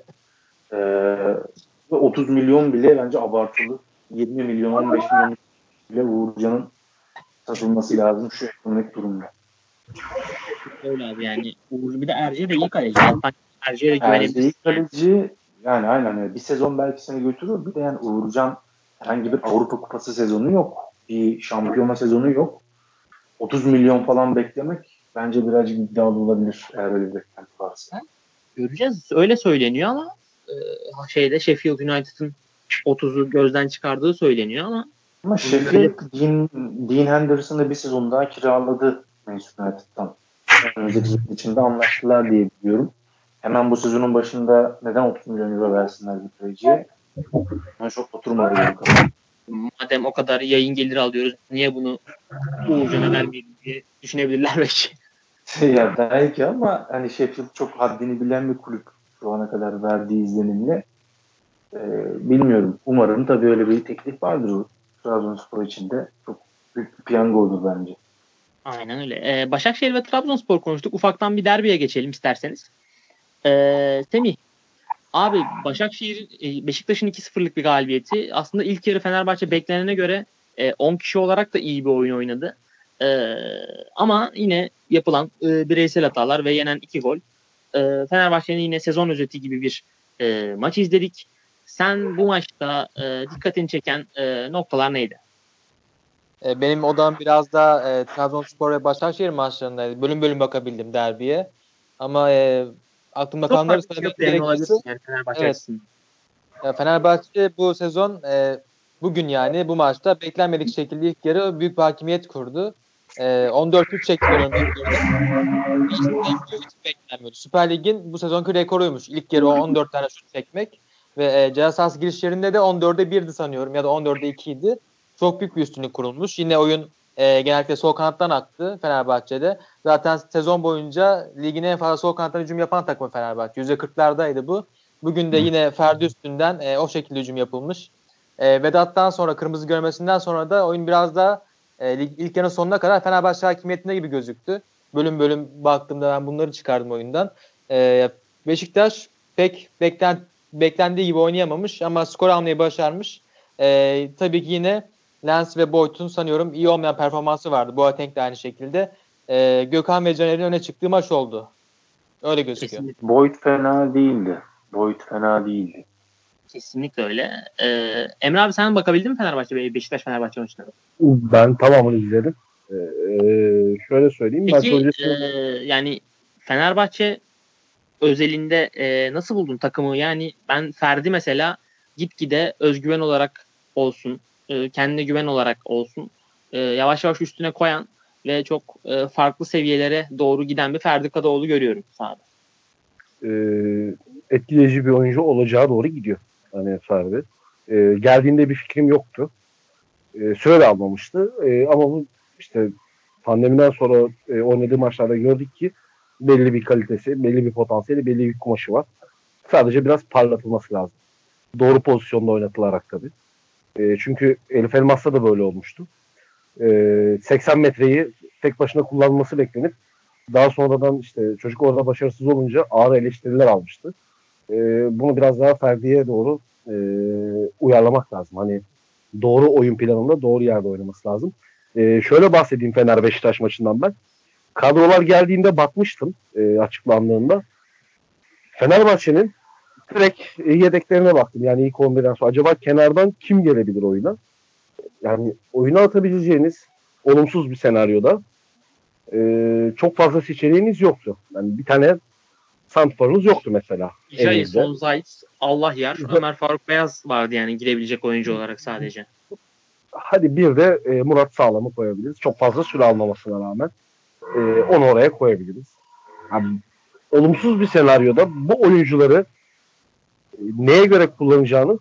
Ve 30 milyon bile bence abartılı. 20 milyon 15 milyon bile Uğurcan'ın satılması lazım şu ekonomik durumda. Öyle abi yani. Uğur bir de Erce de iyi kaleci. Alttan Erce'ye de Erzeği güvenebilirsin yani. kaleci yani aynen bir sezon belki seni götürür. Bir de yani Uğurcan herhangi bir Avrupa Kupası sezonu yok. Bir şampiyona sezonu yok. 30 milyon falan beklemek bence birazcık iddialı olabilir eğer öyle bir beklenti varsa. Göreceğiz. Öyle söyleniyor ama Sheffield United'ın 30'u gözden çıkardığı söyleniyor ama Ama bunun öyle Sheffield Dean Henderson'ı bir sezon daha kiraladı Manchester United'dan. Önümüzdeki sezon içinde anlaştılar diye biliyorum. Hemen bu sezonun başında neden 30 milyon euro versinler bir kaleciye? Bana çok oturmadı benim kafam. madem o kadar yayın geliri alıyoruz niye bunu Uğurcan'a vermeyelim diye düşünebilirler belki. Ya belki ama hani Sheffield çok haddini bilen bir kulüp şu ana kadar verdiği izlenimle. Bilmiyorum. Umarım tabii öyle bir teklif vardır o Trabzonspor için de. Çok büyük bir piyango olur bence. Aynen öyle. Başakşehir ve Trabzonspor konuştuk. Ufaktan bir derbiye geçelim isterseniz. Semih, abi Başakşehir'in Beşiktaş'ın 2-0'lık bir galibiyeti. Aslında ilk yarı Fenerbahçe beklenene göre 10 kişi olarak da iyi bir oyun oynadı. Ama yine yapılan bireysel hatalar ve yenen 2 gol. Fenerbahçe'nin yine sezon özeti gibi bir maç izledik. Sen bu maçta dikkatini çeken noktalar neydi? Benim odam biraz da Trabzonspor ve Başakşehir maçlarındaydı. Bölüm bölüm bakabildim derbiye. Ama aklımda Çok kalanları farklı bir şey söylemek yok yani gerekirse olabilirsin yani Fenerbahçe evet, açısından. Fenerbahçe bu sezon bugün yani bu maçta beklenmedik şekilde ilk yarı büyük bir hakimiyet kurdu. 14 şut çekti sanıyorum ilk yarıda. Hiç beklenmiyordu. Süper Lig'in bu sezonki rekoruymuş. İlk yarı 14 tane şut çekmek. Ve ceza sahası girişlerinde de 14'e 1'di sanıyorum ya da 14'e 2 idi. Çok büyük bir üstünlük kurulmuş. Yine oyun genellikle sol kanattan aktı Fenerbahçe'de. Zaten sezon boyunca ligin en fazla sol kanattan hücum yapan takımı Fenerbahçe. %40'lardaydı bu. Bugün de yine Ferdi üstünden o şekilde hücum yapılmış. Vedat'tan sonra kırmızı görmesinden sonra da oyun biraz daha ilk yarının sonuna kadar Fenerbahçe hakimiyetinde gibi gözüktü. Bölüm bölüm baktığımda ben bunları çıkardım oyundan. Beşiktaş pek beklendiği gibi oynayamamış ama skor almayı başarmış. Tabii ki yine Lens ve Boyd'un sanıyorum iyi olmayan performansı vardı. Boateng de aynı şekilde. Gökhan ve Caner'in öne çıktığı maç oldu. Öyle gözüküyor. Kesinlikle. Boyd fena değildi. Boyd fena değildi. Kesinlikle öyle. Emre abi sen bakabildin mi Fenerbahçe ve Beşiktaş Fenerbahçe maçına? Ben tamamını izledim. Şöyle söyleyeyim. Maç Peki öncesinde yani Fenerbahçe özelinde nasıl buldun takımı? Yani ben Ferdi mesela gitgide özgüven olarak olsun, kendine güven olarak olsun yavaş yavaş üstüne koyan ve çok farklı seviyelere doğru giden bir Ferdi Kadıoğlu görüyorum sahada. e, etkileyici bir oyuncu olacağı doğru gidiyor. Hani Ferdi. Geldiğinde bir fikrim yoktu. Süre de almamıştı. Ama bu işte pandemiden sonra oynadığı maçlarda gördük ki belli bir kalitesi, belli bir potansiyeli, belli bir kumaşı var. Sadece biraz parlatılması lazım. Doğru pozisyonda oynatılarak tabii. Çünkü Elif Elmas'ta da böyle olmuştu. 80 metreyi tek başına kullanması beklenip daha sonradan işte çocuk orada başarısız olunca ağır eleştiriler almıştı. Bunu biraz daha Ferdi'ye doğru uyarlamak lazım. Hani doğru oyun planında doğru yerde oynaması lazım. Şöyle bahsedeyim Fener Beşiktaş maçından ben. Kadrolar geldiğinde bakmıştım açıklandığında. Fenerbahçe'nin direkt yedeklerine baktım. Yani ilk 11'den sonra acaba kenardan kim gelebilir oyuna? Yani oyuna atabileceğiniz olumsuz bir senaryoda çok fazla seçeneğiniz yoktu. Yani bir tane santrforunuz yoktu mesela elinizde. Jason Zayt, Allah yar, Ömer Faruk Beyaz vardı yani girebilecek oyuncu olarak sadece. Hadi bir de Murat Sağlam'ı koyabiliriz. Çok fazla süre almamasına rağmen onu oraya koyabiliriz. Yani, olumsuz bir senaryoda bu oyuncuları neye göre kullanacağını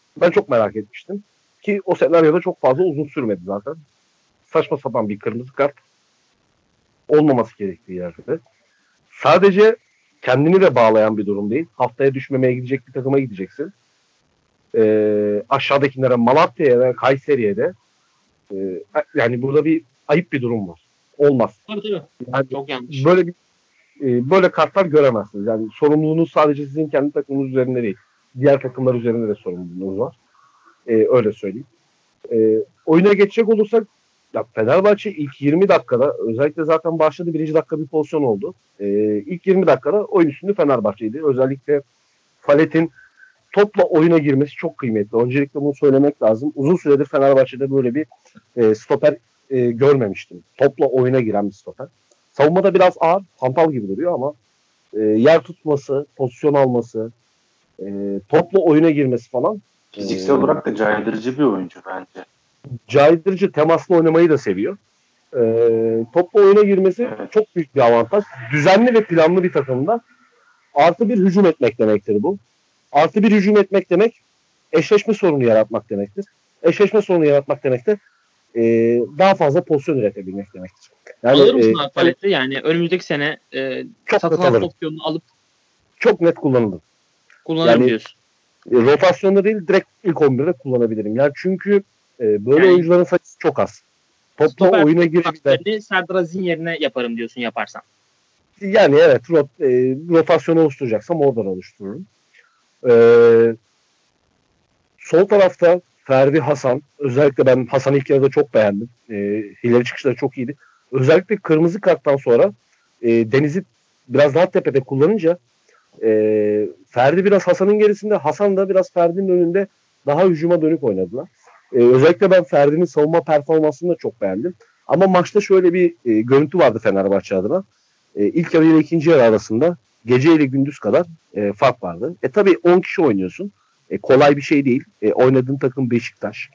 Ben çok merak etmiştim. Ki o senaryoda çok fazla uzun sürmedi zaten. Saçma sapan bir kırmızı kart olmaması gerektiği yerde. Sadece kendini de bağlayan bir durum değil. Haftaya düşmemeye gidecek bir takıma gideceksin. Aşağıdakilere, Malatya'ya ve Kayseri'ye de yani burada bir ayıp bir durum var. Olmaz. Tabii. Yani Çok yanlış. böyle kartlar göremezsiniz. Yani sorumluluğunuz sadece sizin kendi takımınız üzerinde değil. Diğer takımlar üzerinde de sorumluluğunuz var. Öyle söyleyeyim. Oyuna geçecek olursak ya Fenerbahçe ilk 20 dakikada özellikle zaten başladı birinci dakika bir pozisyon oldu. İlk 20 dakikada oyun üstünde Fenerbahçe'ydi. Özellikle Falet'in topla oyuna girmesi çok kıymetli. Öncelikle bunu söylemek lazım. Uzun süredir Fenerbahçe'de böyle bir stoper görmemiştim. Topla oyuna giren bir stoper. Savunmada biraz ağır, hantal gibi duruyor ama yer tutması, pozisyon alması, topla oyuna girmesi falan Fiziksel olarak da caydırıcı bir oyuncu bence. caydırıcı, temaslı oynamayı da seviyor. Topla oyuna girmesi çok büyük bir avantaj. Düzenli ve planlı bir takımda artı bir hücum etmek demektir bu. Artı bir hücum etmek demek eşleşme sorunu yaratmak demektir. Eşleşme sorunu yaratmak demek de daha fazla pozisyon üretebilmek demektir. Yani, Alır mısın abi Palet'i? Yani önümüzdeki sene satın alma opsiyonunu alıp çok net kullanılır. Kullanırım diyorsun. Rotasyonda değil direkt ilk 11'de kullanabilirim. Yani çünkü böyle oyuncuların sayısı çok az. Topla oyuna girebilen. Serdar Aziz'in yerine yaparım diyorsun yaparsan. Yani evet rotasyonu oluşturacaksam oradan oluştururum. Sol tarafta Ferdi Hasan. Özellikle ben Hasan ilk yarıda çok beğendim. Hileri çıkışları çok iyiydi. Özellikle kırmızı karttan sonra Deniz'i biraz daha tepede kullanınca Ferdi biraz Hasan'ın gerisinde. Hasan da biraz Ferdi'nin önünde daha hücuma dönük oynadılar. Özellikle ben Ferdi'nin savunma performansını da çok beğendim. Ama maçta şöyle bir görüntü vardı Fenerbahçe adına. İlk yarı ile ikinci yarı arasında gece ile gündüz kadar fark vardı. Tabii 10 kişi oynuyorsun. Kolay bir şey değil. Oynadığın takım Beşiktaş.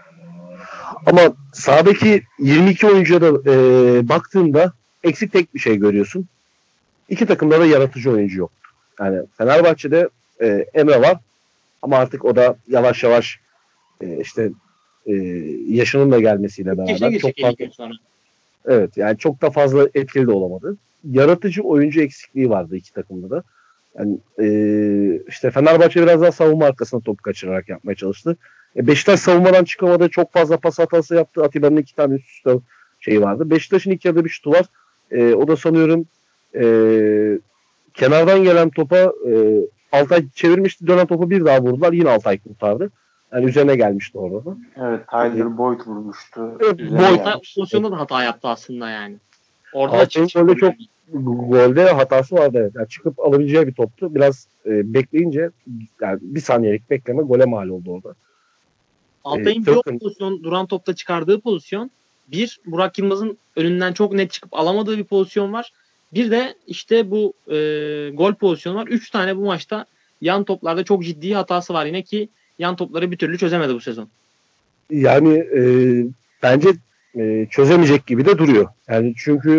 Ama sahadaki 22 oyuncuya da baktığında eksik tek bir şey görüyorsun. İki takımda da yaratıcı oyuncu yok. Yani Fenerbahçe'de Emre var ama artık o da yavaş yavaş işte yaşının da gelmesiyle beraber çok fazla evet yani çok da fazla etkili de olamadı. Yaratıcı oyuncu eksikliği vardı iki takımda da. Yani işte Fenerbahçe biraz daha savunma arkasına top kaçırarak yapmaya çalıştı. Beşiktaş savunmadan çıkamadı. Çok fazla pas hatası yaptı. Atiba'nın 2 tane üst üste şeyi vardı. Beşiktaş'ın ilk yarıda bir şutu var. O da sanıyorum kenardan gelen topa Altay çevirmişti. Dönen topu bir daha vurdular. Yine Altay kurtardı. Yani üzerine gelmişti orada. Evet, Tyler Boyd vurmuştu. Boyd pozisyonda da hata yaptı aslında yani. Orada da çıkmış. Çok golde hatası vardı. Evet. Yani çıkıp alabileceği bir toptu. Biraz bekleyince yani bir saniyelik bekleme gole mal oldu orada. Altay'ın bir pozisyon, duran topta çıkardığı pozisyon. Bir, Burak Yılmaz'ın önünden çok net çıkıp alamadığı bir pozisyon var. Bir de işte bu gol pozisyonu var. 3 tane bu maçta yan toplarda çok ciddi hatası var yine ki yan topları bir türlü çözemedi bu sezon. Yani bence çözemeyecek gibi de duruyor. Yani çünkü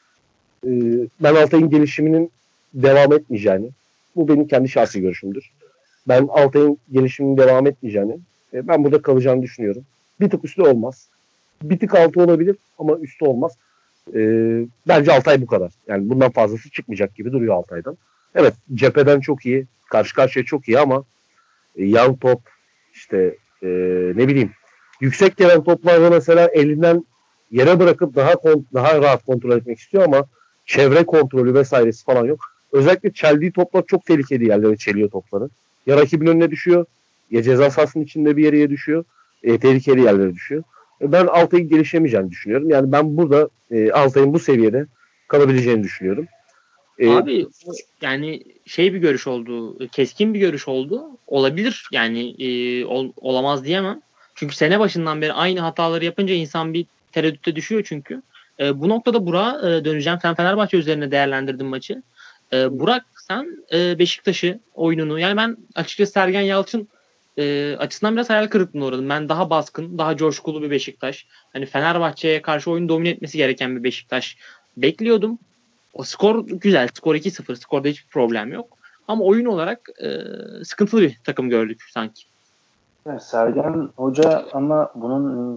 ben Altay'ın gelişiminin devam etmeyeceğini, bu benim kendi şahsi görüşümdür. Ben Altay'ın gelişiminin devam etmeyeceğini, ben burada kalacağını düşünüyorum. Bir tık üstü olmaz. Bir tık altı olabilir ama üstü olmaz. Bence Altay bu kadar. Yani bundan fazlası çıkmayacak gibi duruyor Altay'dan. Evet cepheden çok iyi. Karşı karşıya çok iyi ama yan top işte ne bileyim yüksek gelen toplarda mesela elinden yere bırakıp daha rahat kontrol etmek istiyor ama çevre kontrolü vesairesi falan yok. Özellikle çeldiği toplar çok tehlikeli yerlere çeliyor topları. Ya rakibin önüne düşüyor ya ceza sahasının içinde bir yere düşüyor. Tehlikeli yerlere düşüyor. Ben Altay'ın gelişemeyeceğini düşünüyorum. Yani ben burada Altay'ın bu seviyede kalabileceğini düşünüyorum. Abi yani bir görüş oldu. Keskin bir görüş oldu. Olabilir. Yani olamaz diyemem. Çünkü sene başından beri aynı hataları yapınca insan bir tereddütte düşüyor çünkü. Bu noktada Burak'a döneceğim. Sen Fenerbahçe üzerine değerlendirdin maçı. Burak sen Beşiktaş'ı oyununu yani ben açıkçası Sergen Yalçın açısından biraz hayal kırıklığına uğradım. Ben daha baskın, daha coşkulu bir Beşiktaş. Hani Fenerbahçe'ye karşı oyunu domine etmesi gereken bir Beşiktaş bekliyordum. O skor güzel. Skor 2-0. Skorda hiçbir problem yok. Ama oyun olarak sıkıntılı bir takım gördük sanki. Evet, Sergen Hoca ama bunun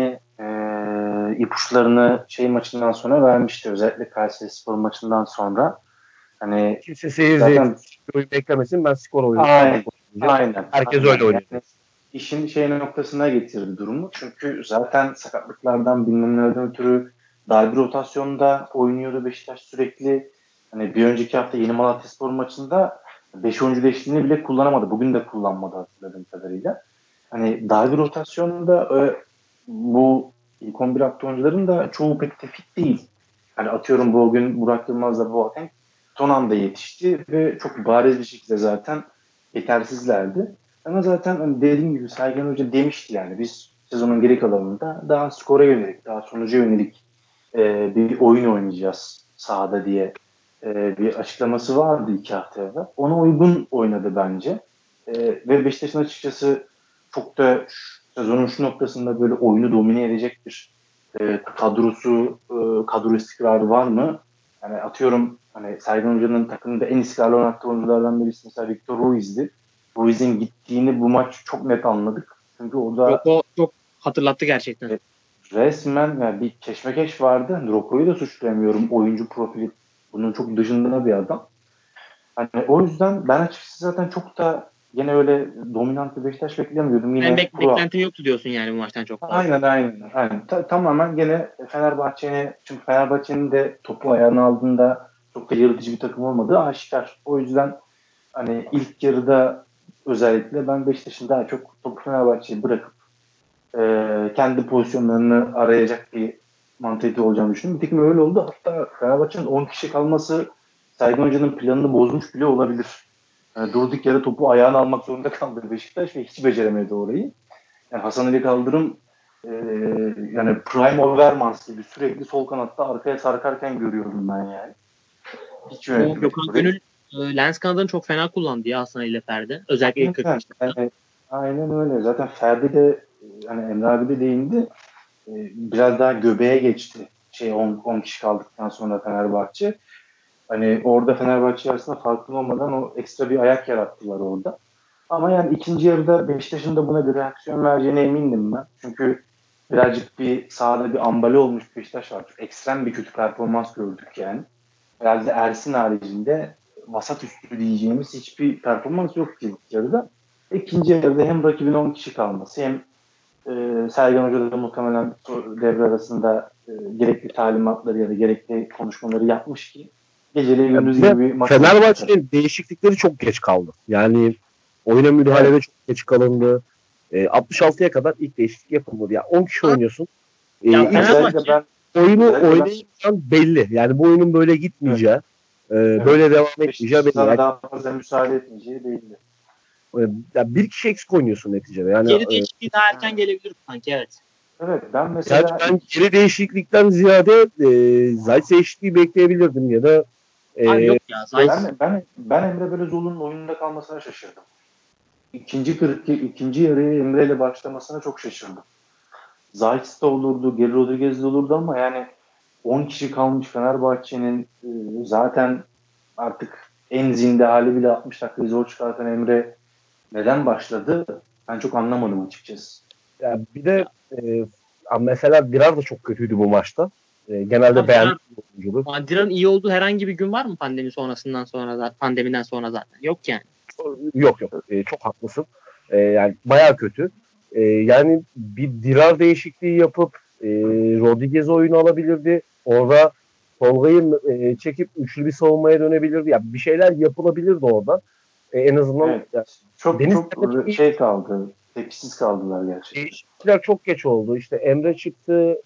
ipuçlarını maçından sonra vermişti. Özellikle Kayserispor maçından sonra. Hani Kimse seyirci zaten oyun beklemesin. Ben skor oyunu aynen, oynayacağım. Herkes öyle oynuyor. Yani işin noktasına getirdi durumu. Çünkü zaten sakatlıklardan bilmem nelerden ötürü dar bir rotasyonda oynuyordu Beşiktaş sürekli. Hani bir önceki hafta Yeni Malatyaspor maçında 5 oyuncu değiştiğini bile kullanamadı. Bugün de kullanmadı hatırladığım kadarıyla. Hani dar bir rotasyonda bu ilk 11 hafta oyuncuların da çoğu pek de fit değil. Hani atıyorum bugün Burak Yılmaz'la Boateng son anda yetişti ve çok bariz bir şekilde zaten yetersizlerdi. Ama zaten hani dediğim gibi Sergen Hoca demişti yani biz sezonun geri kalanında daha skora yönelik, daha sonuca yönelik bir oyun oynayacağız sahada diye bir açıklaması vardı 2 hafta evvel. Ona uygun oynadı bence. Ve Beşiktaş'ın açıkçası çok da sezonun şu noktasında böyle oyunu domine edecek bir kadro istikrarı var mı? Yani atıyorum hani Sergen Hoca'nın takımında en istikrarlı oynattığı oyunculardan birisi mesela Victor Ruiz'di. Ruiz'in gittiğini bu maç çok net anladık. Çünkü o da Roko çok hatırlattı gerçekten. resmen yani bir keşmekeş vardı. Roko'yu da suçlayamıyorum. Oyuncu profili bunun çok dışında bir adam. Hani o yüzden ben açıkçası zaten çok da yine öyle dominant bir Beşiktaş beklemiyordum. Ben Yine beklentim yoktu diyorsun yani bu maçtan çok fazla. aynen. Tamamen gene çünkü Fenerbahçe'nin de topu ayağına aldığında çok da yaratıcı bir takım olmadığı aşikar. O yüzden hani ilk yarıda özellikle ben Beşiktaş'ın daha çok topu Fenerbahçe'yi bırakıp kendi pozisyonlarını arayacak bir mantalite olacağını düşünüyorum. Nitekim öyle oldu. Hatta Fenerbahçe'nin 10 kişi kalması Sergen Hoca'nın planını bozmuş bile olabilir. Yani durduk yere topu ayağına almak zorunda kaldı Beşiktaş ve hiç beceremedi orayı. Yani Hasan Ali Kaldırım yani Prime Overmars gibi sürekli sol kanatta arkaya sarkarken görüyorum ben yani. Hiç O yönetemedik Gökhan burayı. Gönül lens kanadını çok fena kullandı ya Hasan ile Ferdi. Özellikle ilk 40 maçta. Yani, aynen öyle. Zaten Ferdi de hani Emre abi de değindi. Biraz daha göbeğe geçti. 10 kişi kaldıktan sonra Fenerbahçe. Hani orada Fenerbahçe arasında farklı olmadan o ekstra bir ayak yarattılar orada. Ama yani ikinci yarıda Beşiktaş'ın da buna bir reaksiyon vereceğine emindim ben. Çünkü birazcık bir sahada bir ambale olmuş Beşiktaş var. Ekstrem bir kötü performans gördük yani. Herhalde Ersin haricinde vasat üstü diyeceğimiz hiçbir performans yok ilk yarıda. İkinci yarıda hem rakibin 10 kişi kalması hem Sergen Hoca da muhtemelen devre arasında gerekli talimatları ya da gerekli konuşmaları yapmış ki geceliği Yani gündüz bir de gibi bir maç oldu. Fenerbahçe'nin değişiklikleri çok geç kaldı. Yani oyuna müdahalede Evet. çok geç kalındı. 66'ya kadar ilk değişiklik yapılmadı. Yani 10 kişi oynuyorsun. Ya İlk Özellikle Fenerbahçe ben oyunu özellikle ben oynayınca belli. Yani bu oyunun böyle evet, gitmeyeceği, evet. böyle devam etmeyeceği Beşiktaş'ın belli. sana Yani, daha fazla müsaade etmeyeceği belli. yani bir kişi eksik oynuyorsun neticede. Yani geri değişikliği daha erken gelebilir sanki, evet. Evet ben yani mesela ben geri değişiklikten ziyade Zayt değişikliği bekleyebilirdim ya da Abi e, yok ya. Zayt ben Emre Belözoğlu'nun oyunda kalmasına şaşırdım. İkinci yarıya Emre ile başlamasına çok şaşırdım. Zayt da olurdu, Geri Rodriguez de olurdu ama yani 10 kişi kalmış Fenerbahçe'nin zaten artık en zinde hali bile 60 dakikayı zor çıkartan Emre neden başladı? Ben çok anlamadım açıkçası. yani bir de ya, mesela Dirar da çok kötüydü bu maçta. Genelde abi beğendiğim oyunculuk. Adiran'ın iyi olduğu herhangi bir gün var mı pandemiden sonra zaten? Yok yani. Yok yok. Çok haklısın. Yani bayağı kötü. Yani bir Dirar değişikliği yapıp Rodriguez oyunu alabilirdi. Orada Tolga'yı çekip üçlü bir savunmaya dönebilirdi. Yani bir şeyler yapılabilirdi orada. En azından Evet. yani Çok Deniz çok Tepe'deki kaldı. Tepkisiz kaldılar gerçekten. değişiklikler çok geç oldu. İşte Emre çıktı.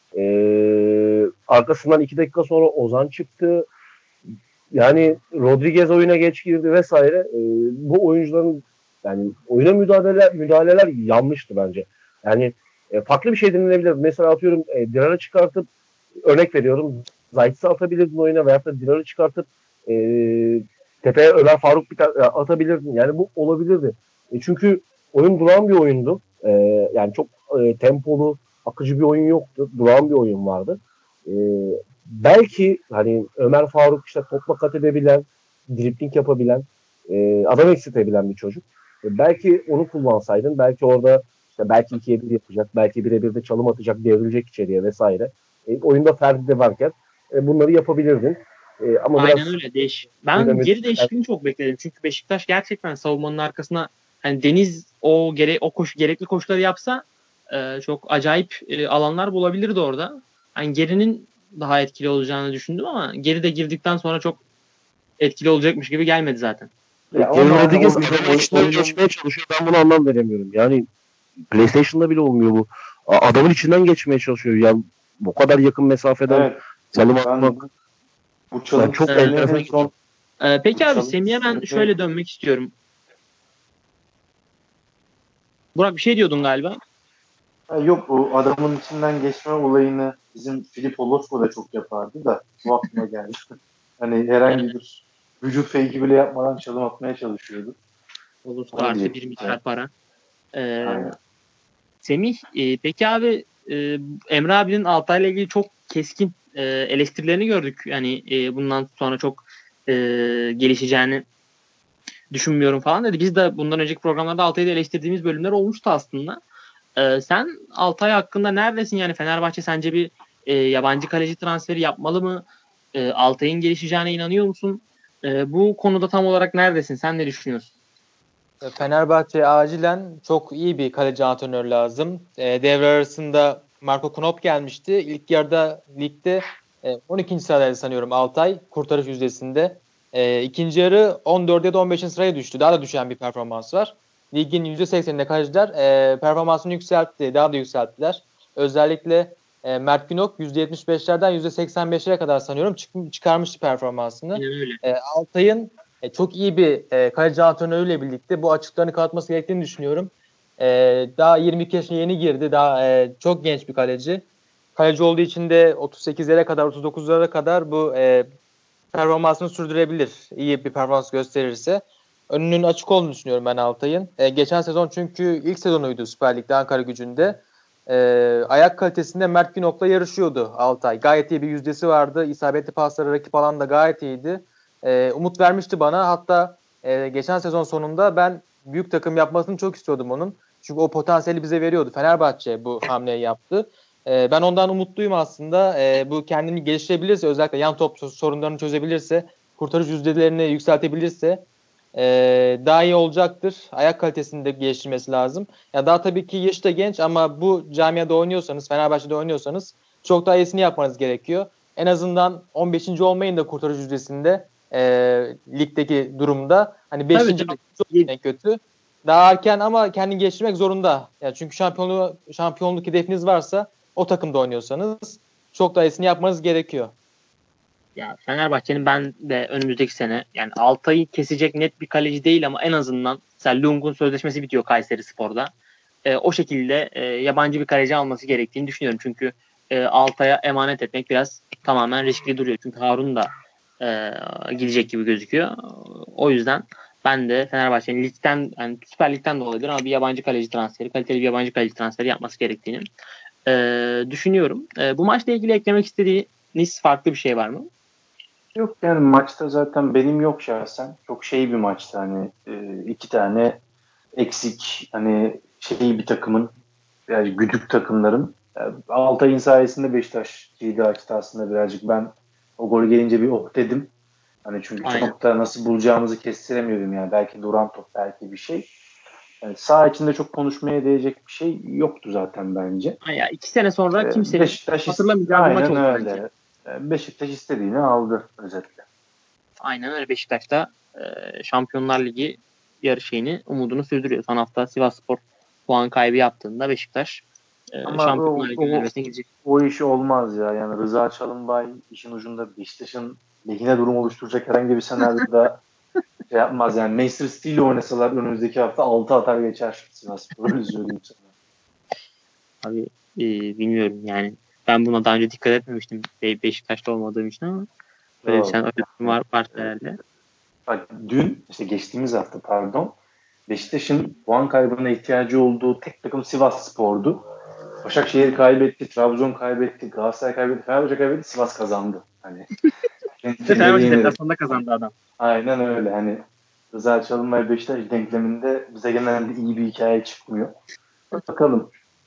Arkasından 2 dakika sonra Ozan çıktı. Yani Rodriguez oyuna geç girdi vesaire. Bu oyuncuların yani oyuna müdahaleler yanlıştı bence. Yani farklı bir şey denilebilir. Mesela atıyorum Dirar'ı çıkartıp örnek veriyorum Zayt'sı atabilirdin oyuna veyahut da Dirar'ı çıkartıp e, tepeye Ömer Faruk atabilirdin. Yani bu olabilirdi. Çünkü oyun duran bir oyundu. Yani çok tempolu, akıcı bir oyun yoktu. Duran bir oyun vardı. E, Belki hani Ömer Faruk işte topla kat edebilen, dribling yapabilen, adam eksiltebilen bir çocuk. Belki onu kullansaydın, belki orada işte belki 2'ye 1 yapacak, belki 1'e 1 de çalım atacak, devrilecek içeriye vesaire. Oyunda Ferdi de varken bunları yapabilirdin. Ama biraz Aynen öyle. Ben dinamik. geri değişikliğini çok bekledim. Çünkü Beşiktaş gerçekten savunmanın arkasına hani Deniz gerekli koşuları yapsa çok acayip alanlar bulabilirdi orada. Hani gerinin daha etkili olacağını düşündüm ama geri de girdikten sonra çok etkili olacakmış gibi gelmedi zaten. Ya Kevin ama hani Rodriguez adamın içinden geçmeye çalışıyor. Ben bunu anlam veremiyorum. Yani PlayStation'da bile olmuyor bu. Adamın içinden geçmeye çalışıyor. Yani bu kadar yakın mesafeden evet, çalım ben atmak bu yani çalım çok sistemini enteresan en son Peki bu abi çalım Semih'e ben sistemi şöyle dönmek istiyorum. Burak bir şey diyordun galiba. yok, bu adamın içinden geçme olayını bizim Filip Olosko da çok yapardı da bu aklıma geldi. Hani herhangi bir vücut fake'i bile yapmadan çalım atmaya çalışıyordu. Olur Onu artı bir diyecektim. miktar para. Ee, Aynen. Semih, peki abi Emre abinin Altay'la ilgili çok keskin eleştirilerini gördük. Yani bundan sonra çok gelişeceğini düşünmüyorum falan dedi. Biz de bundan önceki programlarda Altay'ı da eleştirdiğimiz bölümler olmuştu aslında. Sen Altay hakkında neredesin? Yani Fenerbahçe sence bir yabancı kaleci transferi yapmalı mı? Altay'ın gelişeceğine inanıyor musun? Bu konuda tam olarak neredesin? Sen ne düşünüyorsun? Fenerbahçe'ye acilen çok iyi bir kaleci antrenör lazım. Devre arasında Marco Knop gelmişti. İlk yarıda ligde 12. sıradaydı sanıyorum Altay kurtarış yüzdesinde. İkinci yarı 14 ya da 15. sıraya düştü. Daha da düşen bir performans var. Ligin %80'inde kaleciler performansını yükseltti. Daha da yükselttiler. Özellikle Mert Günok %75'lerden %85'lere kadar sanıyorum çıkarmıştı performansını. Aynen öyle. Altay'ın çok iyi bir kaleci antrenörüyle birlikte bu açıklarını kapatması gerektiğini düşünüyorum. Daha 22 yaşına yeni girdi. Daha çok genç bir kaleci. Kaleci olduğu için de 38'lere kadar, 39'lara kadar bu performansını sürdürebilir. İyi bir performans gösterirse. Önünün açık olduğunu düşünüyorum ben Altay'ın. Geçen sezon çünkü ilk sezonuydu Süper Lig'de Ankara Gücü'nde. Ayak kalitesinde Mert Günok'la yarışıyordu Altay. Gayet iyi bir yüzdesi vardı. İsabetli pasları rakip alanda gayet iyiydi. Umut vermişti bana. Hatta geçen sezon sonunda ben büyük takım yapmasını çok istiyordum onun. Çünkü o potansiyeli bize veriyordu. Fenerbahçe bu hamleyi yaptı. Ben ondan umutluyum aslında. Bu kendini geliştirebilirse, özellikle yan top sorunlarını çözebilirse, kurtarış yüzdelerini yükseltebilirse daha iyi olacaktır. Ayak kalitesini de geliştirmesi lazım. Ya daha tabii ki yaşı da genç ama bu camiada oynuyorsanız, Fenerbahçe'de oynuyorsanız çok daha iyisini yapmanız gerekiyor. En azından 15. olmayın da kurtarış yüzdesinde ligdeki durumda. Hani 5. Tabii. en kötü. Daha erken ama kendini geliştirmek zorunda. Yani çünkü şampiyonluk hedefiniz varsa o takımda oynuyorsanız çok daha iyisini yapmanız gerekiyor. Ya Fenerbahçe'nin ben de önümüzdeki sene yani Altay'ı kesecek net bir kaleci değil ama en azından mesela Lung'un sözleşmesi bitiyor Kayserispor'da. O şekilde yabancı bir kaleci alması gerektiğini düşünüyorum. Çünkü Altay'a emanet etmek biraz tamamen riskli duruyor. Çünkü Harun da gidecek gibi gözüküyor. O yüzden ben de Fenerbahçe'nin ligden yani Süper Lig'den de olabilir ama bir yabancı kaleci transferi, kaliteli bir yabancı kaleci transferi yapması gerektiğini düşünüyorum. Bu maçla ilgili eklemek istediğiniz farklı bir şey var mı? Yok yani maçta zaten benim yok şahsen. Çok şey bir maçtı hani iki tane eksik hani şey bir takımın yani güdük takımların Altay'ın sayesinde Beşiktaş kilidi açtı aslında birazcık. Ben o gol gelince bir oh dedim. Hani çünkü Aynen. çok da nasıl bulacağımızı kestiremiyordum yani. Belki duran top belki bir şey. Yani saha içinde çok konuşmaya değecek bir şey yoktu zaten bence. Ya 2 sene sonra kimsenin Beşiktaş hatırlamayacağı bir maç aynen oldu bence. öyle. Beşiktaş istediğini aldı özetle. Aynen öyle. Beşiktaş'ta Şampiyonlar Ligi yarı umudunu sürdürüyor. Son hafta Sivasspor puan kaybı yaptığında Beşiktaş Ama Şampiyonlar Ligi önlemesine gidecek. o iş olmaz ya. Yani Rıza Çalınbay işin ucunda Beşiktaş'ın lehine durum oluşturacak herhangi bir senaryoda şey yapmaz. Yani Manchester City ile oynasalar önümüzdeki hafta 6 atar geçer Sivasspor. Öyle söyleyeyim sana. Abi bilmiyorum yani. Ben buna daha önce dikkat etmemiştim. Beşiktaş'ta olmadığım için ama öyle bir Yok. var Yani, herhalde. bak dün işte geçtiğimiz hafta pardon Beşiktaş'ın puan kaybına ihtiyacı olduğu tek takım Sivasspor'du. Başakşehir kaybetti, Trabzon kaybetti, Galatasaray kaybetti, Fenerbahçe kaybetti, Sivas kazandı. Hani Ve Fenerbahçe dediğim deplasmanda kazandı adam. aynen öyle. Hani Rıza Çalınbay Beşiktaş denkleminde bize genelde iyi bir hikaye çıkmıyor. Bakalım.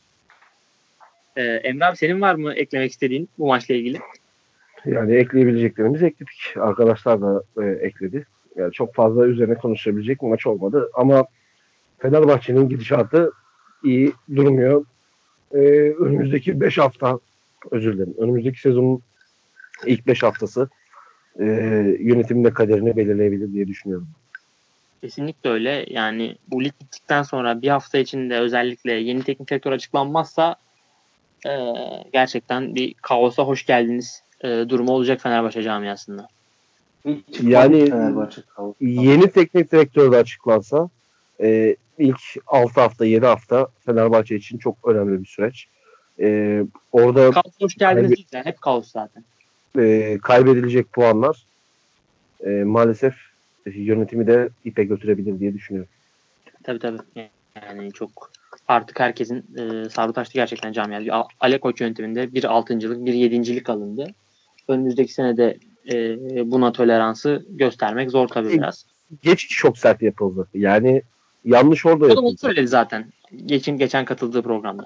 Emre abi senin var mı eklemek istediğin bu maçla ilgili? Yani ekleyebileceklerimizi ekledik. Arkadaşlar da ekledi. Yani çok fazla üzerine konuşabilecek bir maç olmadı. Ama Fenerbahçe'nin gidişatı iyi durmuyor. Önümüzdeki 5 hafta, özür dilerim. Önümüzdeki sezonun ilk 5 haftası yönetimin de kaderini belirleyebilir diye düşünüyorum. Kesinlikle öyle. Yani bu lig bittikten sonra bir hafta içinde özellikle yeni teknik direktör açıklanmazsa gerçekten bir kaosa hoş geldiniz durumu olacak Fenerbahçe camiasında. Yani yeni teknik direktör de açıklansa ilk 6 hafta 7 hafta Fenerbahçe için çok önemli bir süreç. Orada Kaos hoş geldiniz değil de hep kaos zaten. Kaybedilecek puanlar maalesef yönetimi de ipe götürebilir diye düşünüyorum. Tabii. Yani çok artık herkesin sabrı taştı gerçekten camiada. Ale Koç yönetiminde bir 6.'lık bir 7.'lik alındı. Önümüzdeki sene de buna toleransı göstermek zor tabii biraz. Geçiş çok sert yapıldı. Yani yanlış orada yapıldı. O da onu söyledi zaten. Geçen katıldığı programda.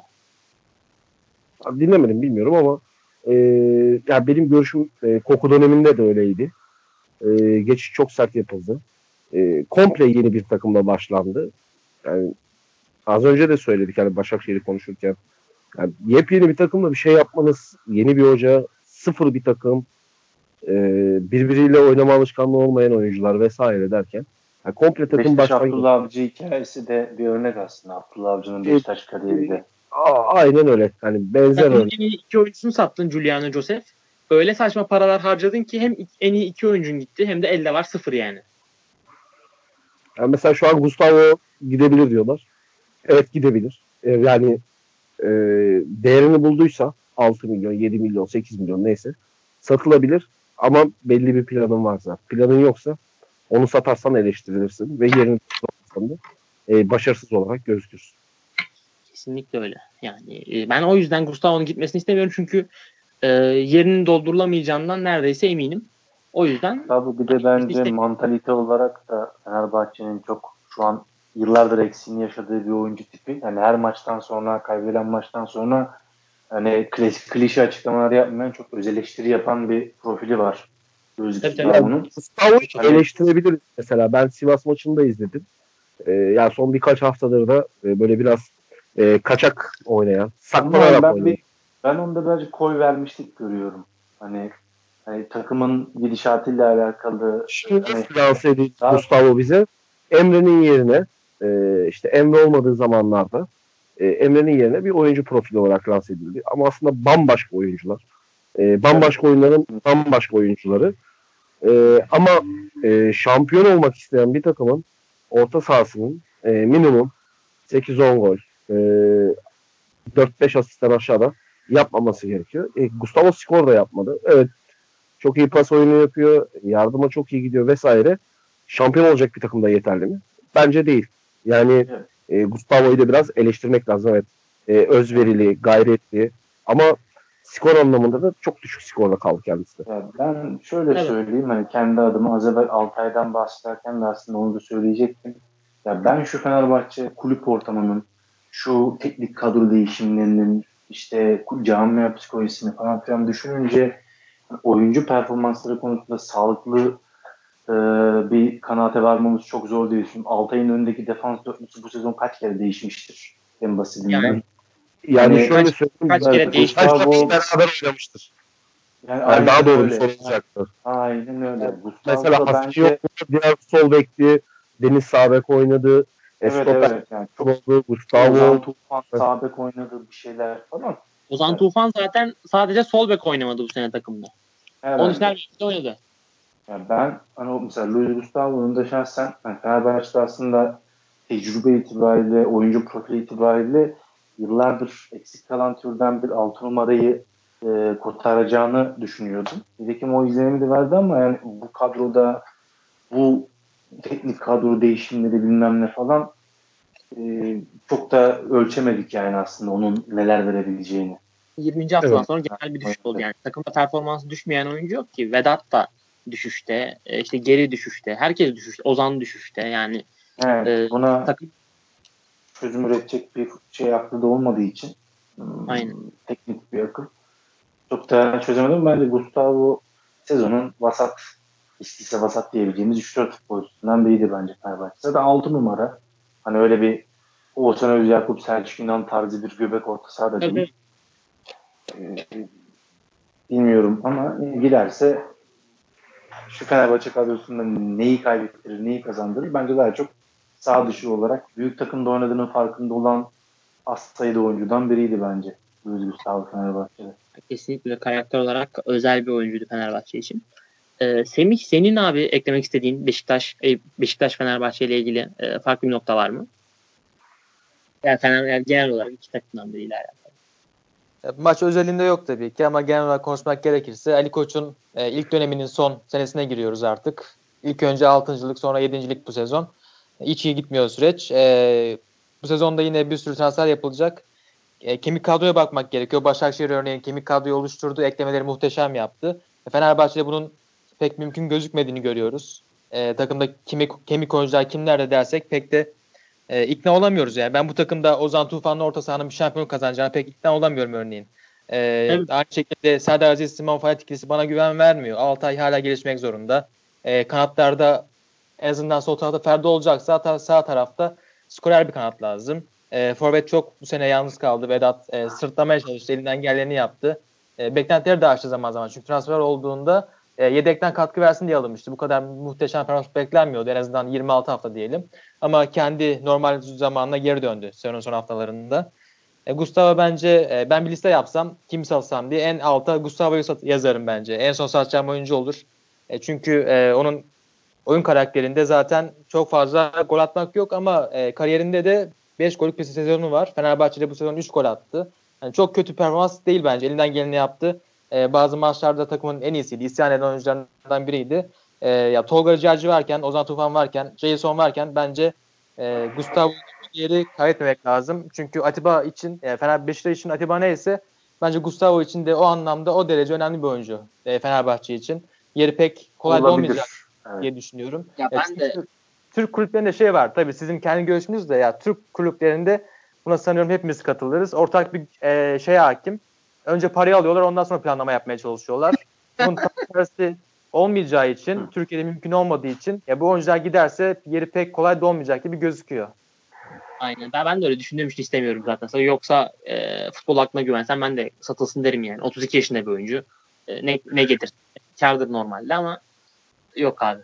Dinlemedim bilmiyorum ama ya benim görüşüm Koku döneminde de öyleydi. Geçiş çok sert yapıldı. Komple yeni bir takımla başlandı. Yani az önce de söyledik hani Başakşehir'i konuşurken. Yani yepyeni bir takımla bir şey yapmanız, yeni bir hoca, sıfır bir takım, birbiriyle oynama alışkanlığı olmayan oyuncular vesaire derken yani komple takım Beşiktaş baştan Abdullah Avcı hikayesi de bir örnek aslında. Abdullah Avcı'nın Beşiktaş kariyeri de. Aynen öyle. Hani benzer örnek. En iyi iki oyuncusunu sattın Giuliano Joseph. Öyle saçma paralar harcadın ki hem en iyi iki oyuncun gitti hem de elde var sıfır yani. Yani mesela şu an Gustavo gidebilir diyorlar. Evet gidebilir. Yani değerini bulduysa 6 milyon, 7 milyon, 8 milyon neyse satılabilir. Ama belli bir planın varsa. Planın yoksa onu satarsan eleştirilirsin ve yerini da başarısız olarak gözükürsün. Kesinlikle öyle. Yani ben o yüzden Gustavo'nun gitmesini istemiyorum çünkü yerinin doldurulamayacağından neredeyse eminim. O yüzden Tabii bir de bence mantalite olarak da Fenerbahçe'nin çok şu an yıllardır eksiğini yaşadığı bir oyuncu tipi. Yani her maçtan sonra, kaybeden maçtan sonra hani klasik klişe açıklamalar yapmayan, çok öz eleştiri yapan bir profili var. Tabii. Onun. Gustavo'yu eleştirebiliriz mesela. Ben Sivas maçını da izledim. Yani son birkaç haftadır da böyle biraz kaçak oynayan, saklanarak oynayan. Ben onda birazcık koy vermişlik görüyorum. Hani takımın gidişatıyla alakalı. Şimdi lanse edildi Gustavo bize. Emre'nin yerine işte Emre olmadığı zamanlarda Emre'nin yerine bir oyuncu profili olarak lanse edildi. Ama aslında bambaşka oyuncular. Bambaşka oyunların bambaşka oyuncuları. Ama şampiyon olmak isteyen bir takımın orta sahasının minimum 8-10 gol, 4-5 asistten aşağıda yapmaması gerekiyor. Gustavo skor da yapmadı. Evet, çok iyi pas oyunu yapıyor. Yardıma çok iyi gidiyor vesaire. Şampiyon olacak bir takımda yeterli mi? Bence değil. Yani Gustavo'yu da biraz eleştirmek lazım. Evet. Özverili, gayretli ama skor anlamında da çok düşük skorla kaldı kendisi. Ben şöyle söyleyeyim. Hani kendi adıma az evvel Altay'dan bahsederken de aslında onu da söyleyecektim. Ya ben şu Fenerbahçe kulüp ortamının, şu teknik kadro değişimlerinin, işte camia psikolojisini falan filan düşününce oyuncu performansları konusunda sağlıklı bir kanaate varmamız çok zor değil. Şimdi Altay'ın önündeki defans dörtlüsü bu sezon kaç kere değişmiştir en basitinden. Yani şöyle söyleyeyim. Kaç kere değişti. Beraber oynamıştır. Yani daha doğru öyle. bir soru olacaktır. Aynen öyle. Yani mesela Hafifçi bence... diğer sol bekti. Deniz sağ bek oynadı. Evet. Yani çok oldu. Gustavo. Ozan Tufan sağ bek oynadı bir şeyler falan. Ozan Tufan zaten sadece sol bek oynamadı bu sene takımda. Onun için her birlikte oynadı. Yani ben hani mesela Luis Gustavo'nun da şahsen Fenerbahçe'de aslında tecrübe itibariyle, oyuncu profili itibariyle yıllardır eksik kalan türden bir 6 numarayı kurtaracağını düşünüyordum. Nitekim o izlenimi de verdi ama yani bu kadroda bu teknik kadro değişimleri bilmem ne falan çok da ölçemedik yani aslında onun neler verebileceğini. 20. haftadan sonra genel bir düşüş oldu yani. Takımda performansı düşmeyen oyuncu yok ki. Vedat da düşüşte. İşte geri düşüşte. Herkes düşüşte. Ozan düşüşte. Yani Evet, buna takım çözüm üretecek bir şey aklı da olmadığı için aynen. teknik bir akıl. Çok da çözemedim. Bence Gustavo sezonun vasat, istiyse vasat diyebileceğimiz 3-4 futbolcusundan biriydi bence Fenerbahçe. Zaten 6 numara. Hani öyle bir Oğuzhan Özyakup, Selçuk İnan tarzı bir göbek orta saha da değil. Bilmiyorum ama giderse şu Fenerbahçe kadrosunda neyi kaybettirir, neyi kazandırır? Bence daha çok sağ dışı olarak büyük takımda oynadığının farkında olan az sayıda oyuncudan biriydi bence. Luis Gustavo Fenerbahçe'de. Kesinlikle karakter olarak özel bir oyuncuydu Fenerbahçe için. Semih, senin abi eklemek istediğin Beşiktaş Fenerbahçe ile ilgili farklı bir nokta var mı? Yani genel olarak iki takımdan biriyle alakalı. Maç özelinde yok tabii ki ama genel olarak konuşmak gerekirse Ali Koç'un ilk döneminin son senesine giriyoruz artık. İlk önce 6.lık sonra 7.lik bu sezon. Hiç iyi gitmiyor süreç. Bu sezonda yine bir sürü transfer yapılacak. Kemik kadroya bakmak gerekiyor. Başakşehir örneğin kemik kadroyu oluşturdu. Eklemeleri muhteşem yaptı. Fenerbahçe'de bunun pek mümkün gözükmediğini görüyoruz. Takımda kemik oyuncular kimler dersek pek de ikna olamıyoruz yani. Ben bu takımda Ozan Tufan'la orta sahanın bir şampiyon kazanacağına pek ikna olamıyorum örneğin. Evet. Aynı şekilde Serdar Aziz, Simon Fayet ikilisi bana güven vermiyor. Altay hala gelişmek zorunda. Kanatlarda en azından sol tarafta Ferdi olacaksa hatta sağ tarafta skorer bir kanat lazım. Forvet çok bu sene yalnız kaldı. Vedat sırtlamaya çalıştı. Elinden geleni yaptı. Beklentileri de aştı zaman zaman. Çünkü transfer olduğunda yedekten katkı versin diye alınmıştı. Bu kadar muhteşem performans beklenmiyordu. En azından 26 hafta diyelim. Ama kendi normal zamanına geri döndü sezonun son haftalarında. Gustavo bence ben bir liste yapsam kim satsam diye en alta Gustavo'yu yazarım bence. En son satacağım oyuncu olur. Çünkü onun oyun karakterinde zaten çok fazla gol atmak yok ama kariyerinde de 5 gollük bir sezonu var. Fenerbahçe'de bu sezon 3 gol attı. Yani çok kötü performans değil bence. Elinden geleni yaptı. Bazı maçlarda takımın en iyisiydi. İsyan eden oyunculardan biriydi. Ya Tolga Ciğerci varken, Ozan Tufan varken, Jason varken bence Gustavo yeri kaybetmemek lazım. Çünkü Atiba için, Beşiktaş için Atiba neyse bence Gustavo için de o anlamda o derece önemli bir oyuncu Fenerbahçe için. Yeri pek kolay da olmayacak diye düşünüyorum. Ya ben de Türk kulüplerinde şey var. Tabii sizin kendi görüşünüz de ya Türk kulüplerinde buna sanıyorum hepimiz katılırız. Ortak bir şey hakim. Önce parayı alıyorlar ondan sonra planlama yapmaya çalışıyorlar. Bunun tam tersi olmayacağı için Türkiye'de mümkün olmadığı için bu oyuncular giderse yeri pek kolay da olmayacak gibi gözüküyor. aynen. Ben de öyle düşündüğüm için istemiyorum zaten. Yoksa futbol aklına güvensem ben de satılsın derim yani. 32 yaşında bir oyuncu. Ne getir? Kârdır normalde ama yok abi.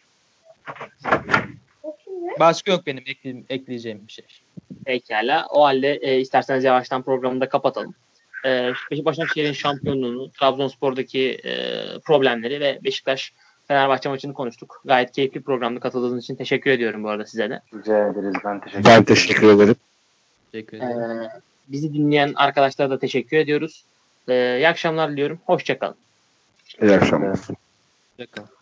Başka yok benim ekleyeceğim bir şey. Pekala. O halde isterseniz yavaştan programı da kapatalım. Başakşehir'in şampiyonluğunu, Trabzonspor'daki problemleri ve Beşiktaş Fenerbahçe maçını konuştuk. Gayet keyifli programda katıldığınız için teşekkür ediyorum bu arada size de. Rica ederiz. Ben teşekkür ederim. Teşekkür ederim. Bizi dinleyen arkadaşlara da teşekkür ediyoruz. İyi akşamlar diliyorum. Hoşça kalın. İyi akşamlar. Hoşçakalın.